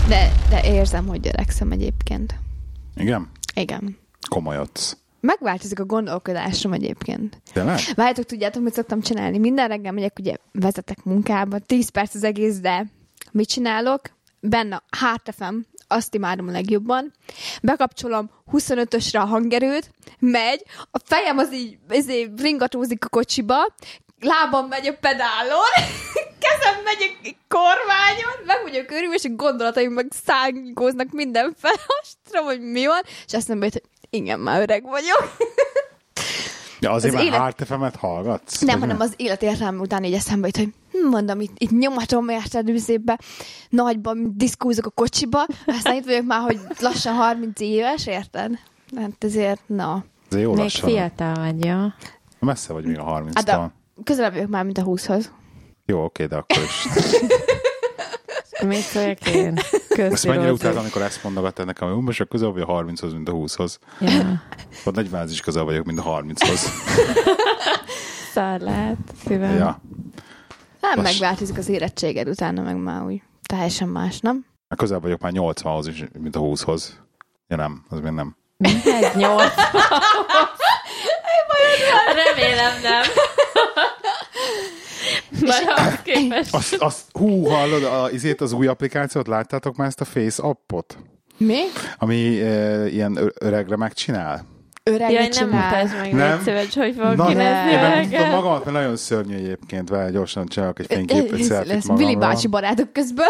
De érzem, hogy öregszem egyébként. Igen? Igen. Komolyodsz. Megváltozik a gondolkodásom egyébként. Tényleg? Várjátok, tudjátok, mit szoktam csinálni? Minden reggel megyek, ugye vezetek munkába, 10 perc az egész, de mit csinálok? Benne a Heart FM, azt imádom a legjobban. Bekapcsolom 25-ösre a hangerőt, megy, a fejem az így ringatózik a kocsiba, lábam megy a pedálon, kezem megy a kormányon, meg vagyok örülve, és a gondolataim meg szángóznak mindenfele, azt tudom, hogy mi van, és azt mondom, hogy igen, már öreg vagyok. Ja, azért már Heart FM-et hallgatsz? Nem, hanem az életértelme után így eszembe jut, hogy mondom, itt nyomatom érted üzébe, nagyban diszkózok a kocsiba, aztán itt vagyok már, hogy lassan 30 éves, érted? Hát ezért, na. Azért jó még lassan. fiatal vagy, jó? Messze vagy még a 30-tól. Hát közelebb vagyok már, mint a 20-hoz. Jó, oké, de akkor is. Mit szóljak én? Ezt mennyire utáltam, amikor ezt mondogattál nekem, hogy most közel vagy a 30-hoz, mint a 20-hoz. Ja. Vagy 40 is közel vagyok, mint a 30-hoz. Szar lehet, szívem. Ja. Nem megváltozik az érettséged, utána meg már úgy teljesen más, nem? Közel vagyok már 80-hoz is, mint a 20-hoz. Ja nem, az még nem. Mindegy, 80. Remélem nem. Már ahhoz képest. Hallod, az új applikációt, láttátok már ezt a Face appot? Mi? Ami ilyen öregre megcsinál? Öregre Jaj, nem csinál. mutasd meg, Nem. légy szíves, hogy fog Na, kinézni én öreget. megmutatom magamat, mert nagyon szörnyű egyébként, vele gyorsan csinálok egy fényképet, selfie-t magamról. Willy bácsi barátok közben.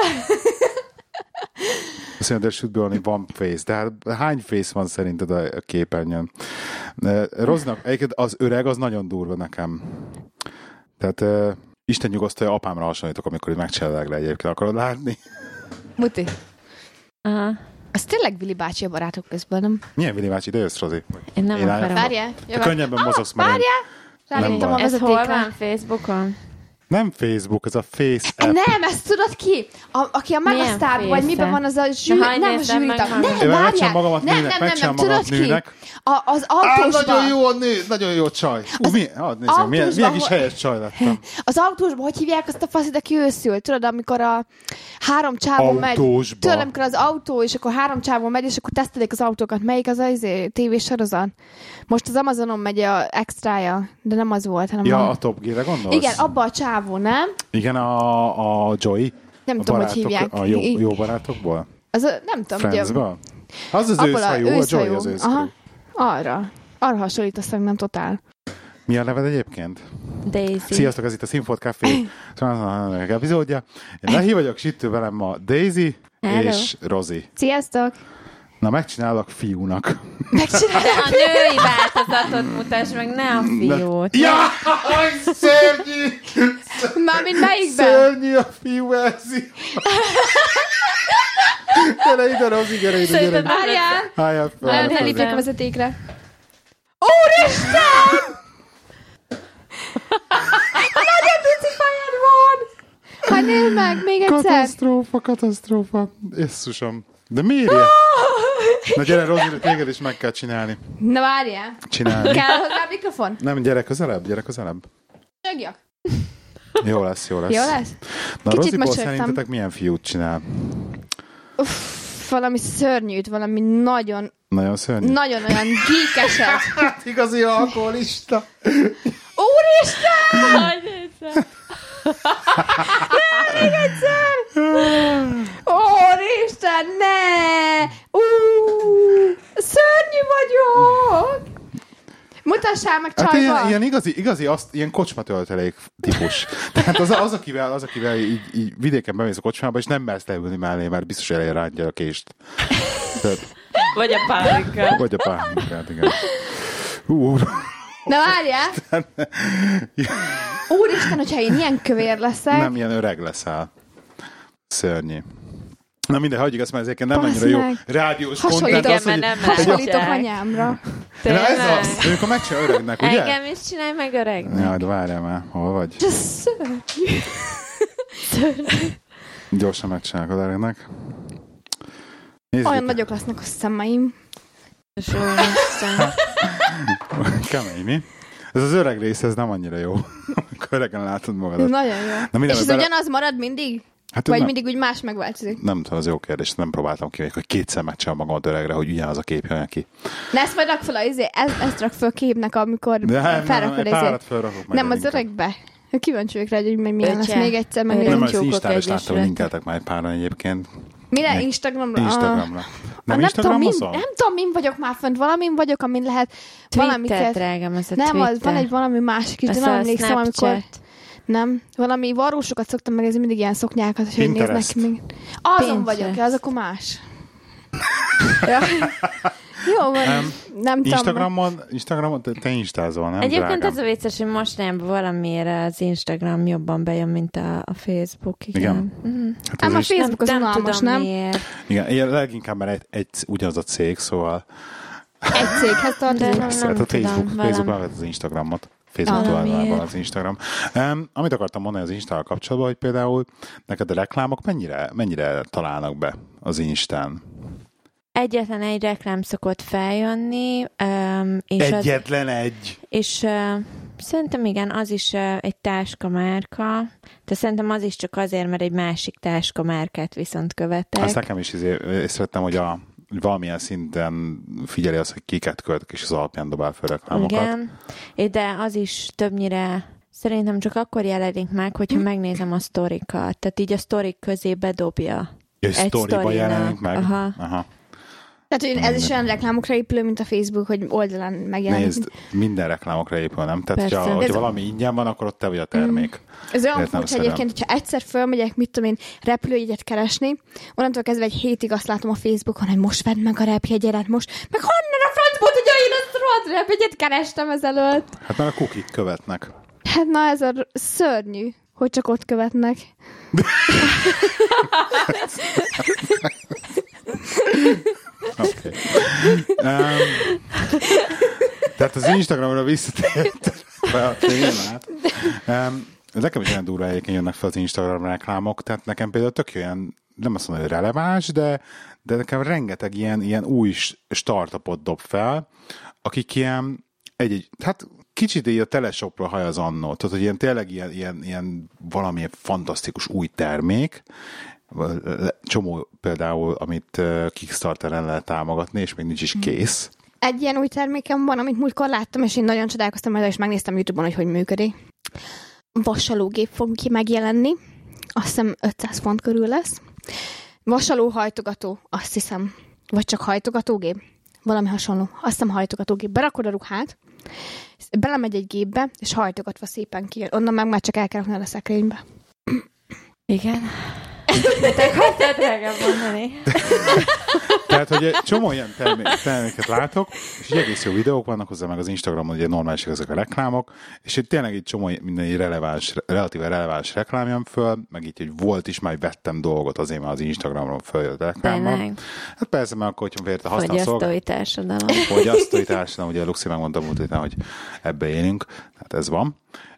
Azt mondja, hogy should be only one face. De hát hány face van szerinted a képernyőn? Roznak, egyébként az öreg az nagyon durva nekem. Tehát Isten nyugosztalja, apámra hasonlítok, amikor megcsinálják le egyébként. Akarod látni? Muti. Aha. Az tényleg Willy bácsi a barátok közben, nem? Milyen Willy bácsi, de jössz, Rozi? Én nem akarom. Várjál. Te könnyebben mozogsz, mert Ráléptem a Ez hol vezetékre. van? Facebookon? nem Facebook, ez a Face app. Nem, ezt tudod ki? Aki a Megasztárban, vagy miben van az a zsűri... Na, Nem a nézzem zsűri meg tag. magam. Nem, Megcsinálom várjál. magamat Nem, nőnek, nem, megcsinálom tudod magamat ki? nőnek. Az autósban. Nagyon jó a nő, nagyon jó csaj. Nézzük, milyen kis helyes csaj lettem. Az autósban, hogy hívják azt a faszit, aki őszül? Tudod, amikor a 3 csávon megy. Autósba. Tudod, amikor az autó, és akkor 3 csávon megy, és akkor tesztelik az autókat. Melyik az tévésorozat? Most az Amazonon megy a extrája, de nem az volt, hanem Ja, a Top Gear-re gondolsz? igen, abba a csávó, nem? Igen, a Joey. Nem A tudom, hogy barátok, hívják. a jó barátokból? Nem tudom, ugye... Friendsből? Az az őszhajú, a Joey az őszhajú. Arra hasonlít, azt nem totál. Mi a neved egyébként? Daisy. Sziasztok, ez itt a Színfolt Café epizódja. Én Lehi vagyok, és itt velem ma Daisy Hello. és Rozi. Sziasztok! Na, megcsinálok fiúnak. Megcsinálom. De a női változatot mutasd meg, ne a fiút. Ja! Szörnyű! Mármint melyikben? Szörnyű a fiú verzió. Gyere ide, Rozi, gyere ide, gyere ide. Várjál! Álljál fel. Nagyon fel. elépjek a vezetékre. Úristen! Nagyon pici fejed van! Hát nézd meg, még egyszer. Katasztrófa. Jesszusom. De miért ilyen? Na gyere, Rozi, téged is meg kell csinálni. Na várjál. Csinálni. Kell hozzá a mikrofon? Nem, gyere közelebb. Csögjak. Jó lesz. Jó lesz? Na, Kicsit Roziból mocsogtam. szerintetek milyen fiút csinál? Valami szörnyűt, valami nagyon Nagyon olyan gíkeset. Hát igazi alkoholista. Úristen! Hogy nézze? Még egyszer! Úristen, ne! Szörnyű vagyok! Mutassál meg Hát csajba! ilyen igazi ilyen kocsmatöltelék típus. Tehát az akivel így vidéken bemész a kocsmába, és nem mersz leülni mellé, mert biztos elején rántja a kést. Tehát, Vagy a pálinka. vagy a pálinkát, igen. Úr. Na várjál! Úristen, hogyha én ilyen kövér leszek... Nem ilyen öreg leszel. Szörnyű. Na mindegy, hagyjuk ezt, mert ezeket nem Basz annyira jó meg. rádiós Hasonlítok, content. Igen, mert nem Hasonlítok látják. anyámra. Na Tényleg? ez az, amikor megcsinál öregnek, ugye? Engem is csinálj meg öregnek. Jaj, de várjál már, hol vagy? De szörnyű. Gyorsan megcsinálok öregnek. Nézzük. Olyan nagyok lesznek a szemeim. Kemény, mi? Ez az öreg rész, ez nem annyira jó. Amikor öregen látod Ez magadat. nagyon jó. Na, És ez bele... ugyanaz marad mindig? Hát Vagy nem, mindig úgy más megváltozik? nem tudom, az jó kérdés. Nem próbáltam ki, hogy kétszer megcsinálom magamat öregre, hogy ugyanaz a kép jön ki. Ne, ezt majd rak fel, ezt rak fel képnek, amikor felrakod párat felrakok meg. Nem, az öregbe. Kíváncsi vagyok rá, hogy milyen lesz. Ötje. Még egyszer Nem, megnézem. az Tyúkok Instán is láttam, hogy egyesület. linkeltek már egy páran egyébként. Mire? Még- Instagramra? Instagramra. Nem Nem Instagramozol? tudom, min vagyok már fönt. Valamin vagyok, amin lehet Twitter, valamiket... drágám, ez a Nem, Twitter. az, van egy valami másik is, de Az nem a emlékszem, amikor... Snapchat. Nem, valami varrósokat szoktam megnézni, mindig ilyen szoknyákat, hogy Pinterest. néznek még. Azon Pinterest. vagyok, az akkor más. Ja. Jó van, nem tudom. Instagramon te instázol, nem? Egyébként drágám? az a vicces, hogy mostanában valamiért az Instagram jobban bejön, mint a Facebook. Igen? Mhm. Hát Ám a is, Facebook az nem unalmas, tudom nem? miért. igen, ilyen leginkább már egy ugyanaz a cég, szóval Egy céghez De tartozik. nem hát a tudom, Facebook valami. az Instagramot. Facebook Valamiért. tulajdonában az Instagram. Amit akartam mondani az Instával kapcsolatban, hogy például neked a reklámok mennyire találnak be az Instán? Egyetlen egy reklám szokott feljönni, és Egyetlen egy. és szerintem igen, az is egy táskamárka, de szerintem az is csak azért, mert egy másik táskamárkát viszont követek. Azt nekem is észrevettem, hogy valamilyen szinten figyeli azt, hogy kiket követek, és az alapján dobál fel reklámokat. Igen, de az is többnyire szerintem csak akkor jelenik meg, hogyha megnézem a sztorikat. Tehát így a sztorik közé bedobja. És Egy sztoriba sztorinak. jelenik meg? Aha. Tehát, hogy ez is olyan reklámokra épülő, mint a Facebook, hogy oldalán megjelenik. Nézd, minden reklámokra épül, nem? Tehát, Persze. hogyha Ez- valami ingyen van, akkor ott te vagy a termék. Ez olyan Értem, furcsa szerem. egyébként, hogyha egyszer fölmegyek, mit tudom én, repülőjegyet keresni, onnantól kezdve egy hétig azt látom a Facebookon, hogy most vedd meg a repjegyedet, most, meg honnan a francból tudja, én azt rohadt repjegyet kerestem ezelőtt. Hát már a kukik követnek. Hát na, ez a szörnyű, hogy csak ott követnek. Okay. Tehát az Instagramra visszatért a témát. Nekem is olyan durva egyébként jönnek fel az Instagram reklámok, tehát nekem például tök olyan, nem azt mondom, hogy releváns, de nekem rengeteg ilyen új startupot dob fel, akik ilyen hát kicsit így a teleshopra hajaz annó, tehát hogy ilyen tényleg ilyen valamilyen fantasztikus új termék, csomó például, amit Kickstarteren lehet támogatni, és még nincs is kész. Egy ilyen új termékem van, amit múltkor láttam, és én nagyon csodálkoztam majd, és megnéztem YouTube-on, hogy működik. Vasalógép fog ki megjelenni. Azt hiszem 500 font körül lesz. Vasalóhajtogató, azt hiszem. Vagy csak hajtogatógép. Valami hasonló. Azt hiszem hajtogatógép. Berakod a ruhát, belemegy egy gépbe, és hajtogatva szépen kijön. Onnan meg már csak el kell rakni a szekrénybe. Igen. Te akartál drágám mondani. Tehát, hogy egy csomó ilyen terméket látok, és így egész jó videók vannak hozzá, meg az Instagramon ugye normálisak ezek a reklámok, és itt tényleg egy csomó minden így relatíve releváns reklám jön föl, meg így, hogy volt is, már vettem dolgot azért, mert az Instagramon följött reklámmal. Tényleg. Hát persze, mert akkor, hogyha férte használ Fogyasztói társadalom. fogyasztói társadalom, ugye Luxi megmondta múlt héten, hogy ebbe élünk, tehát ez van.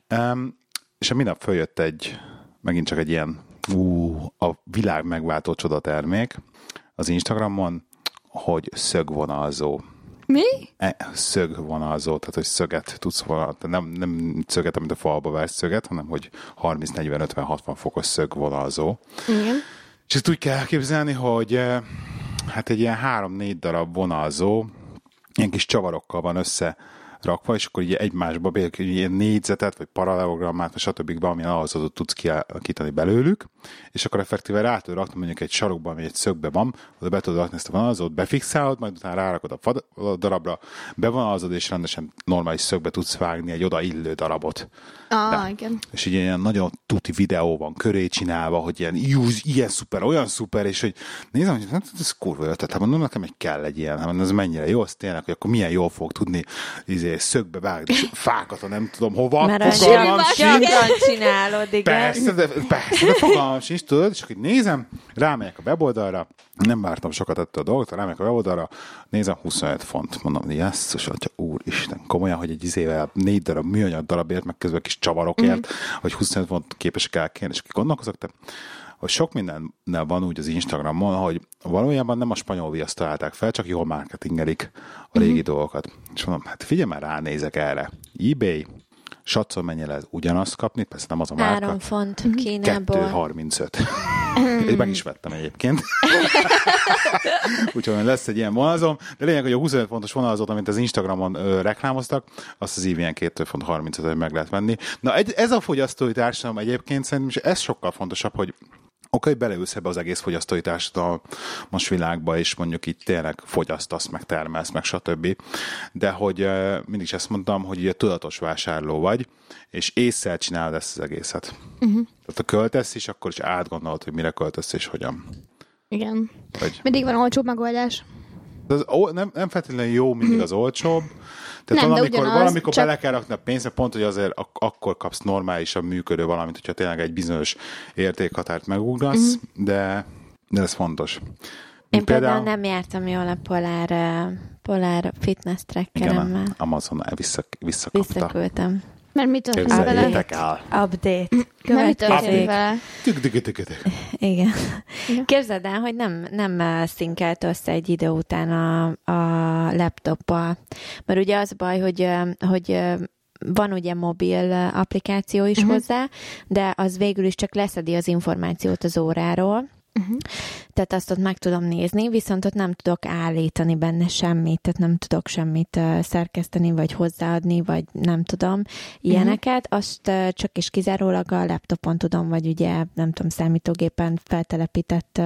És a minap följött megint csak egy ilyen a világ megváltó csodatermék az Instagramon, hogy szögvonalzó. Mi? Szögvonalzó, tehát hogy szöget tudsz vonalni, nem szöget, amit a falba vágsz szöget, hanem hogy 30-40-50-60 fokos szögvonalzó. Igen. És ezt úgy kell elképzelni, hogy hát egy ilyen 3-4 darab vonalzó ilyen kis csavarokkal van összerakva, és akkor így egymásba ilyen négyzetet, vagy paralelogrammát, vagy stb. Valamilyen alakzatot tudsz kialakítani belőlük, és akkor effektíve rá tudod rakni mondjuk egy sarokban, vagy egy szögbe van, oda be tudod rakni ezt a vonalzót, befixálod, majd utána rárakod a darabra, bevonalazod, és rendesen normális szögbe tudsz vágni egy odaillő darabot. Igen. És így ilyen nagyon tuti videó van köré csinálva, hogy ilyen szuper, olyan szuper, és hogy nézem, hogy ez kurva ötlet, hát mondom, nekem kell egy ilyen, hát ez mennyire jó, az tényleg, hogy akkor milyen jól fog tudni szögbe vágni, fákat, nem tudom hova. Mert Fogalmam gyakran sincs. csinálod, igen. Persze, de fogalmam sincs, tudod, és akkor nézem, rámegyek a weboldalra, nem vártam sokat ettől a dolgot, rámegyek a weboldalra, nézem, 25 font, mondom, jesszus, atya, úristen, komolyan, hogy egy 4 darab műanyag darabért, meg közben kis csavarokért, hogy 25 font képesek elkérni, és gondolkozok, hogy sok mindennel van úgy az Instagramon, hogy valójában nem a spanyol viaszt találták fel, csak jól marketingelik a régi dolgokat. És mondom, hát figyelj már, ránézek erre. eBay, satszol mennyire lehet ugyanazt kapni, persze nem az a márka. 3 font Kínából. 2,35. Én meg is vettem egyébként. Úgyhogy lesz egy ilyen vonalazom. De lényeg, hogy a 25 fontos vonalazót, amit az Instagramon reklámoztak, azt az EVN 2.35-et meg lehet venni. Na ez a fogyasztói társadalom egyébként szerintem, és ez sokkal fontosabb, hogy oké, beleülsz ebbe az egész fogyasztói társadalmas világba, és mondjuk itt tényleg fogyasztasz, meg termelsz, meg stb. De hogy mindig is ezt mondtam, hogy ugye tudatos vásárló vagy, és ésszel csinálod ezt az egészet. Tehát ha költesz is, akkor is átgondolod, hogy mire költesz és hogyan. Igen. Vagy... Mindig van olcsóbb megoldás. Nem feltétlenül jó mindig az olcsóbb. Tehát nem, valamikor csak... bele kell rakni a pénzt, pont, hogy azért akkor kapsz normálisabb működő valamit, hogyha tényleg egy bizonyos értékhatárt megugrasz, de ez fontos. Én például nem jártam jól a Polar fitness trackeremmel. Igen, Amazon visszakapta. Visszaküldtem. Mert mit történt vele? Update. Mert mit történt vele? Igen. Képzeld el, hogy nem szinkelt össze egy idő után a laptoppal. Mert ugye az baj, hogy van ugye mobil applikáció is hozzá, de az végül is csak leszedi az információt az óráról. Tehát azt ott meg tudom nézni, viszont ott nem tudok állítani benne semmit, tehát nem tudok semmit szerkeszteni, vagy hozzáadni, vagy nem tudom ilyeneket. Azt csak és kizárólag a laptopon tudom, vagy ugye nem tudom, számítógépen feltelepített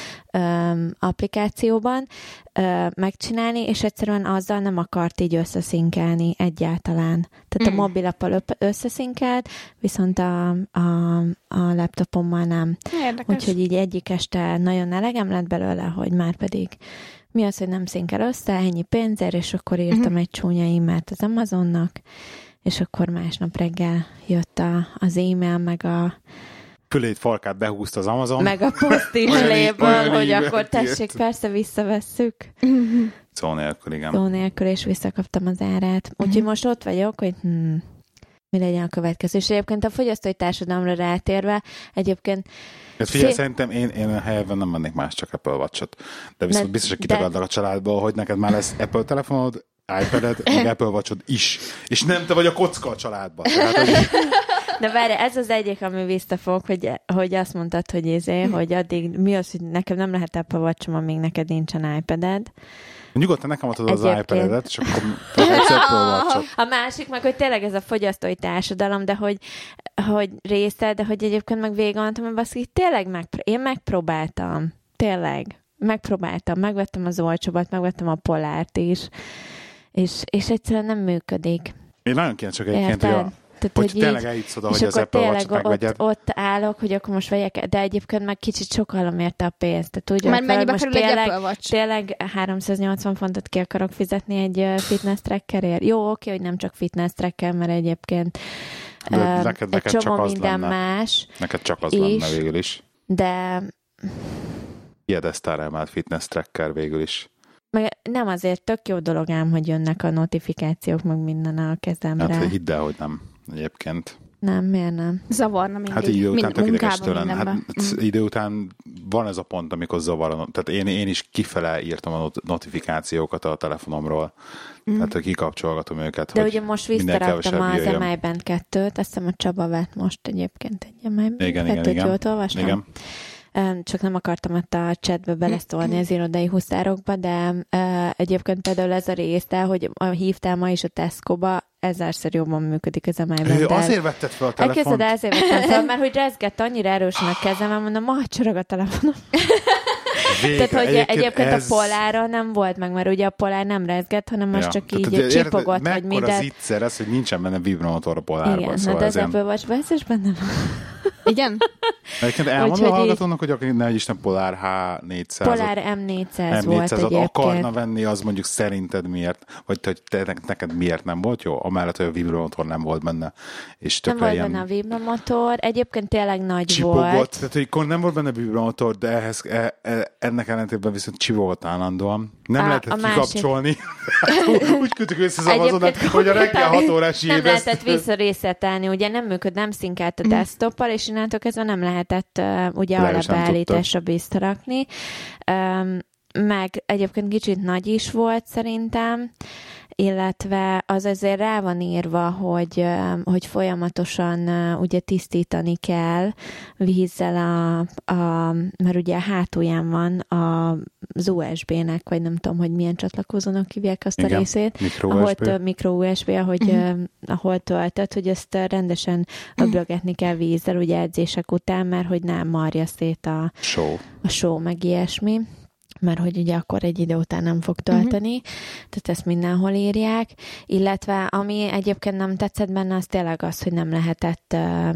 applikációban megcsinálni, és egyszerűen azzal nem akart így összeszinkelni egyáltalán. Tehát a mobilappal összeszinkelt, viszont a laptopommal nem. Érdekes. Úgyhogy így egyik este nagyon elegem lett belőle, hogy már pedig mi az, hogy nem szinkel össze, ennyi pénzért, és akkor írtam egy csúnya e-mailt az Amazonnak, és akkor másnap reggel jött az e-mail, meg a fülét farkát behúzta az Amazon. Meg a posztisléből, hogy akkor tessék, persze visszavesszük. Szó nélkül, igen. Szó nélkül, és visszakaptam az árát. Úgyhogy most ott vagyok, hogy mi legyen a következő. És egyébként a fogyasztói társadalomra rátérve, egyébként figyelj, szerintem én a helyben nem mennék más, csak Apple Watch-ot. De viszont biztos, hogy kitagadnak a családból, hogy neked már lesz Apple telefonod, iPad-ed, meg Apple Watch-od is. És nem te vagy a kocka a családban. Tehát, hogy... De várj, ez az egyik, ami visszafog, hogy azt mondtad, hogy addig mi az, hogy nekem nem lehet Apple Watch-om, amíg neked nincsen iPad-ed. Nyugodtan nekem adod az iPad-edet, és akkor Apple Watch-ot. A másik meg, hogy tényleg ez a fogyasztói társadalom, de hogy része, de hogy egyébként meg végigmondtam, hogy baszki, tényleg én megpróbáltam. Tényleg. Megvettem az olcsóbbat, megvettem a Polárt is, és egyszerűen nem működik. Én nagyon kíváncsiak egyébként, hogy tényleg eljutsz oda, hogy az Apple Watch-ot megvegyed. Ott állok, hogy akkor most vegyek, de egyébként meg kicsit sokalom érte a pénzt. Tehát úgy mert mennyibe kerül egy Apple Watch? Tényleg 380 fontot ki akarok fizetni egy fitness trackerért. Jó, oké, hogy nem csak fitness tracker, mert egyébként neked egy csomó csak minden lenne. Más. Neked csak az lenne végül is. De... Piedesztára emelt fitness tracker végül is. Meg nem azért tök jó dolog ám, hogy jönnek a notifikációk, meg minden a kezemre. Hát hidd el, hogy nem egyébként. Nem, miért nem? Zavarna mindig. Hát idő után tök ideges tőlen. Hát idő után van ez a pont, amikor zavar. Tehát én is kifele írtam a notifikációkat a telefonomról. Tehát, hogy kikapcsolgatom őket. De ugye most visszaraktam az MI Band 2-t, azt hiszem a Csaba vett most egyébként egy MI Band 2-t, jót olvastam? Igen. Csak nem akartam ott a chatbe beleszólni az irodai huszárokba, de egyébként például ez a rész, hogy hívtál ma is a Tesco-ba, 1000-szer jobban működik az MI-ben. Azért vetted fel a telefont? Elkezded, ezért vettem fel, mert hogy rezgett annyira erősen a kezem, mondom, ma csorog a telefonom. Tehát, hogy egyébként a Polára nem volt meg, mert ugye a Polár nem rezgett, hanem most csak így csipogott, vagy minden. Mekkora zicser ez, hogy nincsen benne vibromotor a Polárban. Igen, szóval hát ez Apple Watch-ban ez is benne van. Igen? Egyébként elmondom a hallgatónak, hogy aki ne Isten Polár H400. Polár M400 volt egyébként. Akarna venni, az mondjuk szerinted miért? Vagy hogy neked miért nem volt jó? Amellett, hogy a vibromotor nem volt benne. És nem volt benne a vibromotor. Egyébként tényleg nagy csipogott, volt. Tehát, hogy nem volt benne vibromotor, de ennek ellentétben viszont csipogott állandóan. Nem lehetett kikapcsolni. Úgy küldtük össze az Amazonat, hogy a reggel 6 órás nem lehetett visszarészetelni, ugye nem szinkált a desktoppal, és innentől kezdve nem lehetett ugye alapbeállításra visszarakni. Meg egyébként kicsit nagy is volt szerintem, illetve az azért rá van írva, hogy folyamatosan ugye tisztítani kell vízzel mert ugye a hátulján van az USB-nek, vagy nem tudom, hogy milyen csatlakozónak hívják azt a részét. Micro-USB, ahol töltött, hogy ezt rendesen öblögetni kell vízzel, ugye edzések után, mert hogy nem marja szét a só, meg ilyesmi, mert hogy ugye akkor egy idő után nem fog tölteni, tehát ezt mindenhol írják, illetve ami egyébként nem tetszett benne, az tényleg az, hogy nem lehetett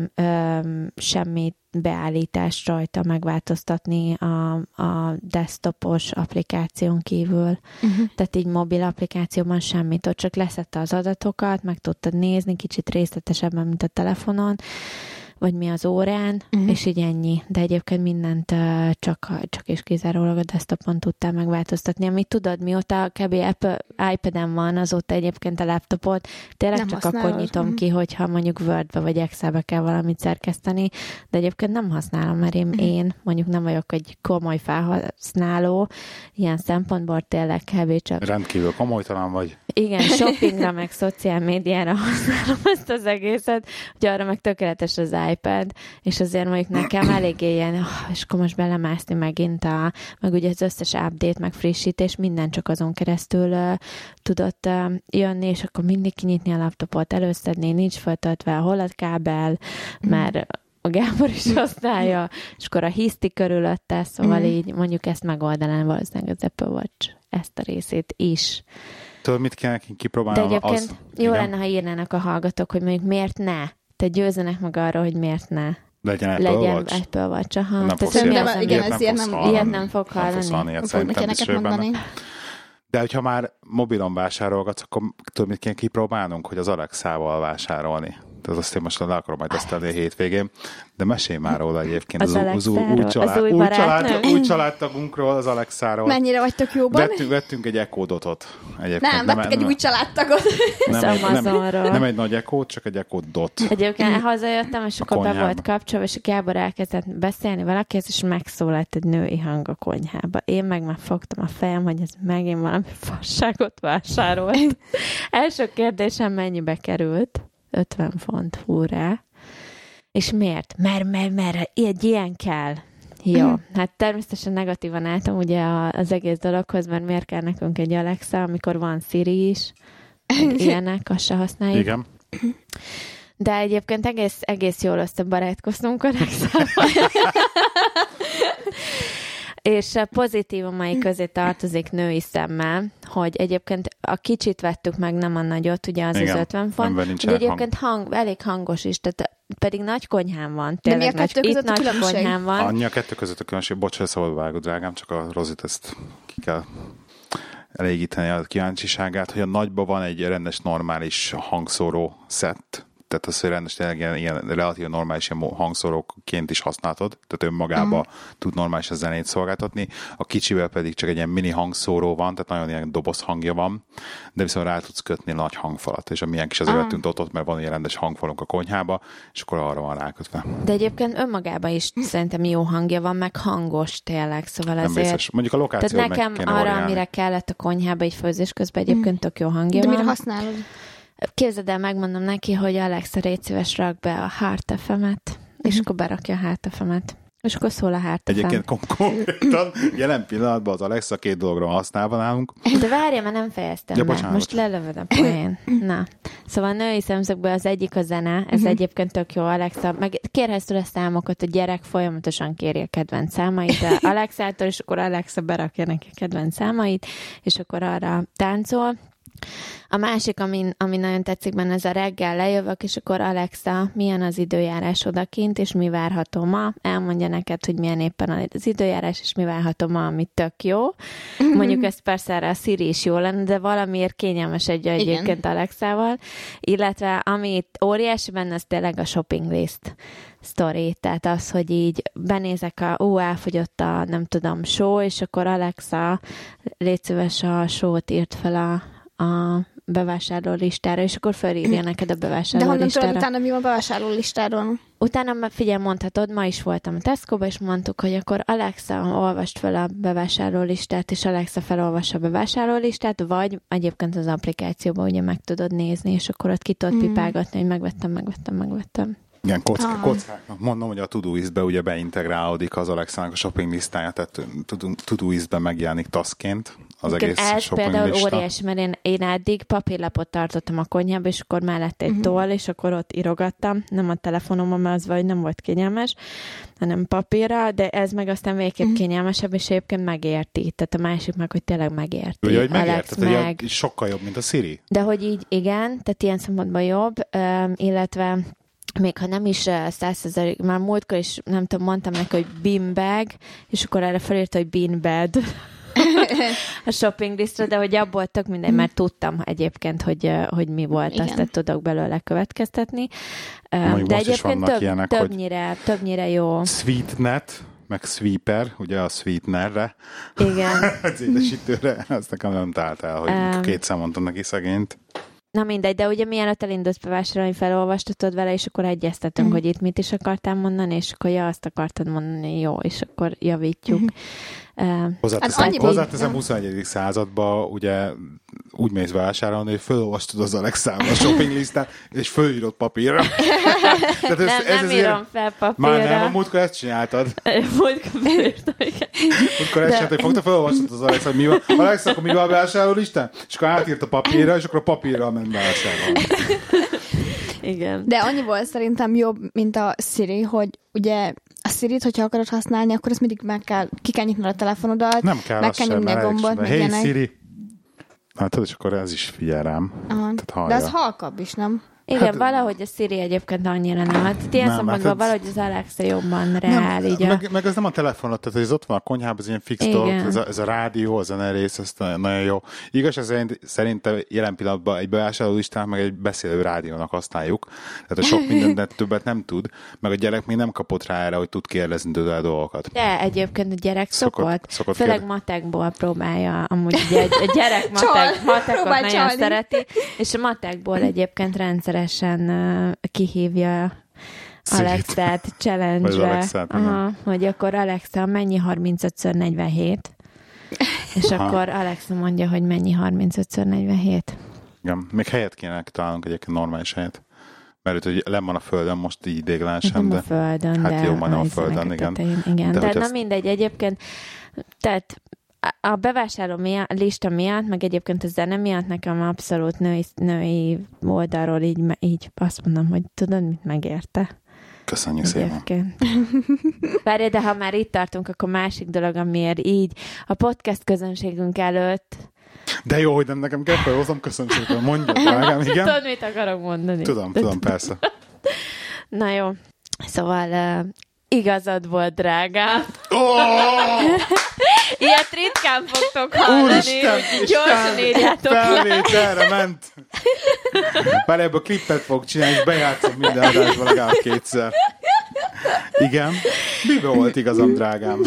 semmi beállítást rajta megváltoztatni a desktopos applikáción kívül. Tehát így mobil applikációban semmit, ott csak leszette az adatokat, meg tudtad nézni kicsit részletesebben, mint a telefonon, vagy mi az órán, és így ennyi. De egyébként mindent csak és kizárólag a desktopon tudtál megváltoztatni. Amit tudod, mióta kb. iPad-en van, azóta egyébként a laptopot tényleg nem csak használod. Akkor nyitom ki, hogyha mondjuk Word-be vagy Excelbe kell valamit szerkeszteni, de egyébként nem használom, mert én mondjuk nem vagyok egy komoly felhasználó, ilyen szempontból tényleg kb. Csak... Rendkívül komolytalan vagy. Igen, shoppingra, meg szociál médiára használom ezt az egészet, hogy arra meg tökéletes az iPad, és azért mondjuk nekem eléggé ilyen, és akkor most belemászni megint meg ugye az összes update, meg frissítés, minden csak azon keresztül tudott jönni, és akkor mindig kinyitni a laptopot, előszedni, nincs feltöltve, hol a kábel, mert a Gábor is használja, és akkor a hiszti körülötte, szóval így mondjuk ezt megoldanám valószínűleg az Apple Watch ezt a részét is. Tudod, mit kell nekünk kipróbálni? De egyébként jó lenne, ha írnának a hallgatók, hogy mondjuk miért ne? Te győzzenek meg arra, hogy miért ne. Legyen Apple Watch. Aha. Nem fogsz ilyet nem fog hallani. Fognak neked mondani. De hogyha már mobilon vásárolgatsz, akkor tudod, mit kell kipróbálnunk, hogy az Alexával vásárolni. Tehát azt én most le akarom majd tesztelni a hétvégén, de mesélj már róla egyébként az új családtagunkról, az Alexáról. Mennyire vagytok jóban? Vettünk egy Echo Dotot. Nem, vettük egy új családtagot. Nem egy nagy Echo, csak egy Echo Dot. Egyébként hazajöttem, és akkor be volt kapcsolva, és a Gábor elkezdett beszélni valakihez, és megszólalt egy női hang a konyhába. Én meg fogtam a fejem, hogy ez megint valami fasságot vásárolt. Első kérdésem, mennyibe került? 50 font, hurrá. És miért? Mert egy ilyen kell. Jó, hát természetesen negatívan álltam ugye az egész dologhoz, mert miért kell nekünk egy Alexa, amikor van Siri is, ilyenek, azt se használjuk. Igen. De egyébként egész jól összebarátkoztunk Alexával. És pozitívumai közé tartozik női szemmel, hogy egyébként a kicsit vettük meg, nem a nagyot, ugye az 50 font, de egyébként elég hangos is, tehát pedig nagy konyhán van. De mi a kettő között a különbség? Annyi a kettő között a különbség, bocs, szabad vágod, drágám, csak a Rozit ezt ki kell elégíteni a kíváncsiságát, hogy a nagyban van egy rendes, normális hangszóró szett, tehát az, hogy rendes, tényleg ilyen relatív normális ilyen hangszóróként is használhatod, tehát önmagában tud normális a zenét szolgáltatni. A kicsivel pedig csak egy ilyen mini hangszóró van, tehát nagyon ilyen doboz hangja van, de viszont rá tudsz kötni nagy hangfalat, és a milyen kis azért vettünk ott, mert van ilyen rendes hangfalunk a konyhába, és akkor arra van rákötve. De egyébként önmagában is szerintem jó hangja van, meg hangos tényleg, szóval azért... Biztos. Mondjuk a lokációt meg kéne arra, variálni. Amire kellett a konyhába egy főzés közben egyébként tök jó hangja van. De mire használod? Képzeld el, megmondom neki, hogy Alexa, légy szíves, rak be a Heart FM-et, és akkor berakja a Heart FM-et. És akkor szól a Heart FM. Egyébként konkrétan jelen pillanatban az Alexa 2 dologra használva nálunk. De várja, mert nem fejeztem be. Most lelövöd a poén. Na. Szóval női szemszögből az egyik a zene, ez egyébként tök jó, Alexa. Meg kérhetsz tőle számokat, a gyerek folyamatosan kéri a kedvenc számait, de Alexától, és akkor Alexa berakja neki a kedvenc számait, és akkor arra táncol. A másik, ami nagyon tetszik benne, ez a reggel lejövök, és akkor Alexa, milyen az időjárás odakint, és mi várható ma? Elmondja neked, hogy milyen éppen az időjárás, és mi várható ma, ami tök jó. Mondjuk ezt persze erre a Siri is jó lenne, de valamiért kényelmes egyébként Alexával. Illetve ami óriási benne, az tényleg a shopping list sztori, tehát az, hogy így benézek elfogyott a, nem tudom, só, és akkor Alexa, légy szíves, a sót írt fel a bevásárló listára, és akkor felírja neked a bevásárló listára. De honnan tudod utána, mi van a bevásárló listáron? Utána figyelj, mondhatod, ma is voltam a Tesco-ba, és mondtuk, hogy akkor Alexa, olvast fel a bevásárlólistát, és Alexa felolvassa a bevásárlólistát, vagy egyébként az applikációban ugye meg tudod nézni, és akkor ott ki tudod pipálgatni, hogy megvettem. Igen, kockáknak mondom, hogy a Todoist-be ugye beintegrálódik az Alexának a shopping listája, tehát Todoist-ben megjelenik taskként az egész shopping például lista. óriási, mert én eddig papírlapot tartottam a konyhába, és akkor mellett egy toll, és akkor ott írogattam, nem a telefonomon, mert az vagy nem volt kényelmes, hanem papírra, de ez meg aztán végképp kényelmesebb, és egyébként megérti. Tehát a másik meg, hogy tényleg megérti. Ugye, hogy megérti, meg... sokkal jobb, mint a Siri. De hogy így, igen, tehát ilyen szempontból jobb, illetve még ha nem is 100%, már múltkor is, nem tudom, mondtam neki, hogy beanbag, és akkor erre felírta, hogy beanbed a shopping listra, de hogy abból tök mindegy, mert tudtam egyébként, hogy mi volt, azt tudok belőle következtetni. De egyébként többnyire jó. Sweetnet, meg Sweeper, ugye a Sweetenerre. Igen. Az édesítőre, azt nekem nem talált el, hogy kétszer mondtam neki szegényt. Na mindegy, de ugye mielőtt elindulsz bevásárolni, felolvastatod vele, és akkor egyeztetünk, hogy itt mit is akartál mondani, és akkor azt akartad mondani, jó, és akkor javítjuk. Hozzáteszem 21. században ugye úgy mész vásárolni, hogy felolvastad az Alexával a shopping listát, és fölírod papírra. Tehát nem írom fel papírra. Már nem, a múltkor ezt csináltad. Múltkor ezt csináltad, hogy fogta, felolvastad az Alexa, hogy mi van. Alexa, akkor mi van a vásároló listán? És akkor átírt a papírra, és akkor a papírral ment vásárolni. Igen. De annyi volt szerintem jobb, mint a Siri, hogy ugye a Sirit, hogyha akarod használni, akkor ezt mindig ki kell nyitnod a telefonodat, nem kell, meg kell nyomni a gombot, meg hey ilyenek. Siri. Hát és akkor ez is figyel rám. De az halkabb is, nem? Igen, valahogy a Siri egyébként annyira nem. Hát ilyen szempontból valahogy az Alexa jobban reál. Meg ez nem a telefonot, tehát ez ott van a konyhában, ez ilyen fix dolog, ez a rádió, a zenerész, ez nagyon jó. Igaz, szerintem jelen pillanatban egy bevásárlólistának, meg egy beszélő rádiónak használjuk, tehát a sok mindent többet nem tud, meg a gyerek még nem kapott rá erre, hogy tud kérdezni tőle dolgokat. De egyébként a gyerek szokott főleg matekból próbálja, amúgy ugye a gyerek matekot nagyon szereti, és a matekból egyébként rendszer kihívja Alexát challenge-re, hogy akkor Alexa, mennyi 35x47? És akkor Alexa mondja, hogy mennyi 35x47? Igen, még helyet kéne találnunk egyébként normális helyet. Mert hogy lenn van a földön, most így idéglenesen, nem a földön, hát jó, már nem a földön, igen. De nem mindegy, egyébként, tehát a bevásárló lista miatt, meg egyébként a zene miatt nekem abszolút női oldalról így azt mondom, hogy tudod, mit megérte. Köszönjük szépen. Várj, de ha már itt tartunk, akkor másik dolog, amiért így a podcast közönségünk előtt. De jó, hogy nem nekem kell felhozom, köszönöm szépen, mondjad, drágám, igen. Tudod, mit akarok mondani? Tudom, persze. Na jó, szóval igazad volt, drágám. Ilyet ritkán fogtok hallani. Úristen, gyorsan írjátok le. Felvételre ment. Már ebből klippet fog csinálni, és bejátszom minden adásban legalább kétszer. Igen. Miben volt igazam, drágám?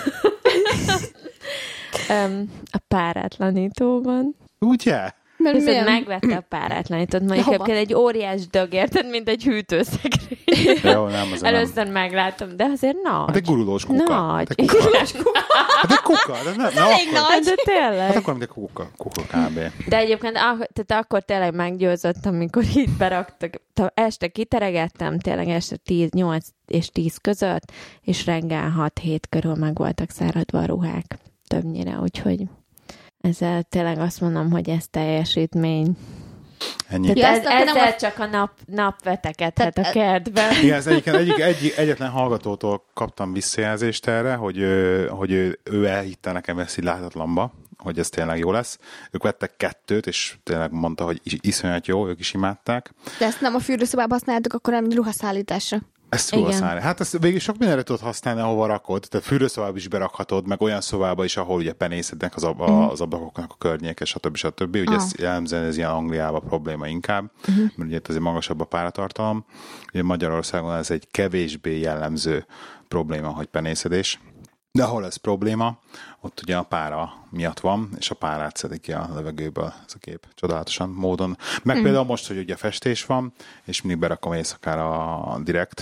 A párátlanítóban. Ugye? Mert megvette a párátlanítót, mondjuk egy óriás dög, érted, mint egy hűtőszekrény. Jó, nem, először meglátom, de azért nagy. Hát egy gurulós kuka. Nagy. Hát egy kuka. De nem elég nagy. De tényleg. Hát akkor, mint egy kuka kb. De egyébként tehát akkor tényleg meggyőzött, amikor így beraktak. Este kiteregettem, tényleg este 8 és 10 között, és reggel 6-7 körül meg voltak száradva a ruhák. Többnyire, úgyhogy ezzel tényleg azt mondom, hogy ez teljesítmény. Ennyi. Ezzel csak a nap vetekedhet a kertben. Igen, ez egyetlen hallgatótól kaptam visszajelzést erre, hogy ő elhitte nekem ezt így látatlanba, hogy ez tényleg jó lesz. Ők vettek 2, és tényleg mondta, hogy iszonyat jó, ők is imádták. De ezt nem a fürdőszobában használtuk, akkor nem ruhaszállításra. Ezt ruhaszállni. Hát ezt végig sok mindenre tudod használni, ahova rakod. Tehát fürdőszobába is berakhatod, meg olyan szobába is, ahol ugye penészednek az ablakoknak a környéke, stb. Ugye ez jellemzően ez ilyen Angliában probléma inkább, mert ugye itt azért magasabb a páratartalom. Ugye Magyarországon ez egy kevésbé jellemző probléma, hogy penészedés. De ahol ez probléma, ott ugye a pára miatt van, és a párát szedik ki a levegőből ez a kép csodálatosan módon. Meg például most, hogy ugye festés van, és mindig berakom éjszakára a direkt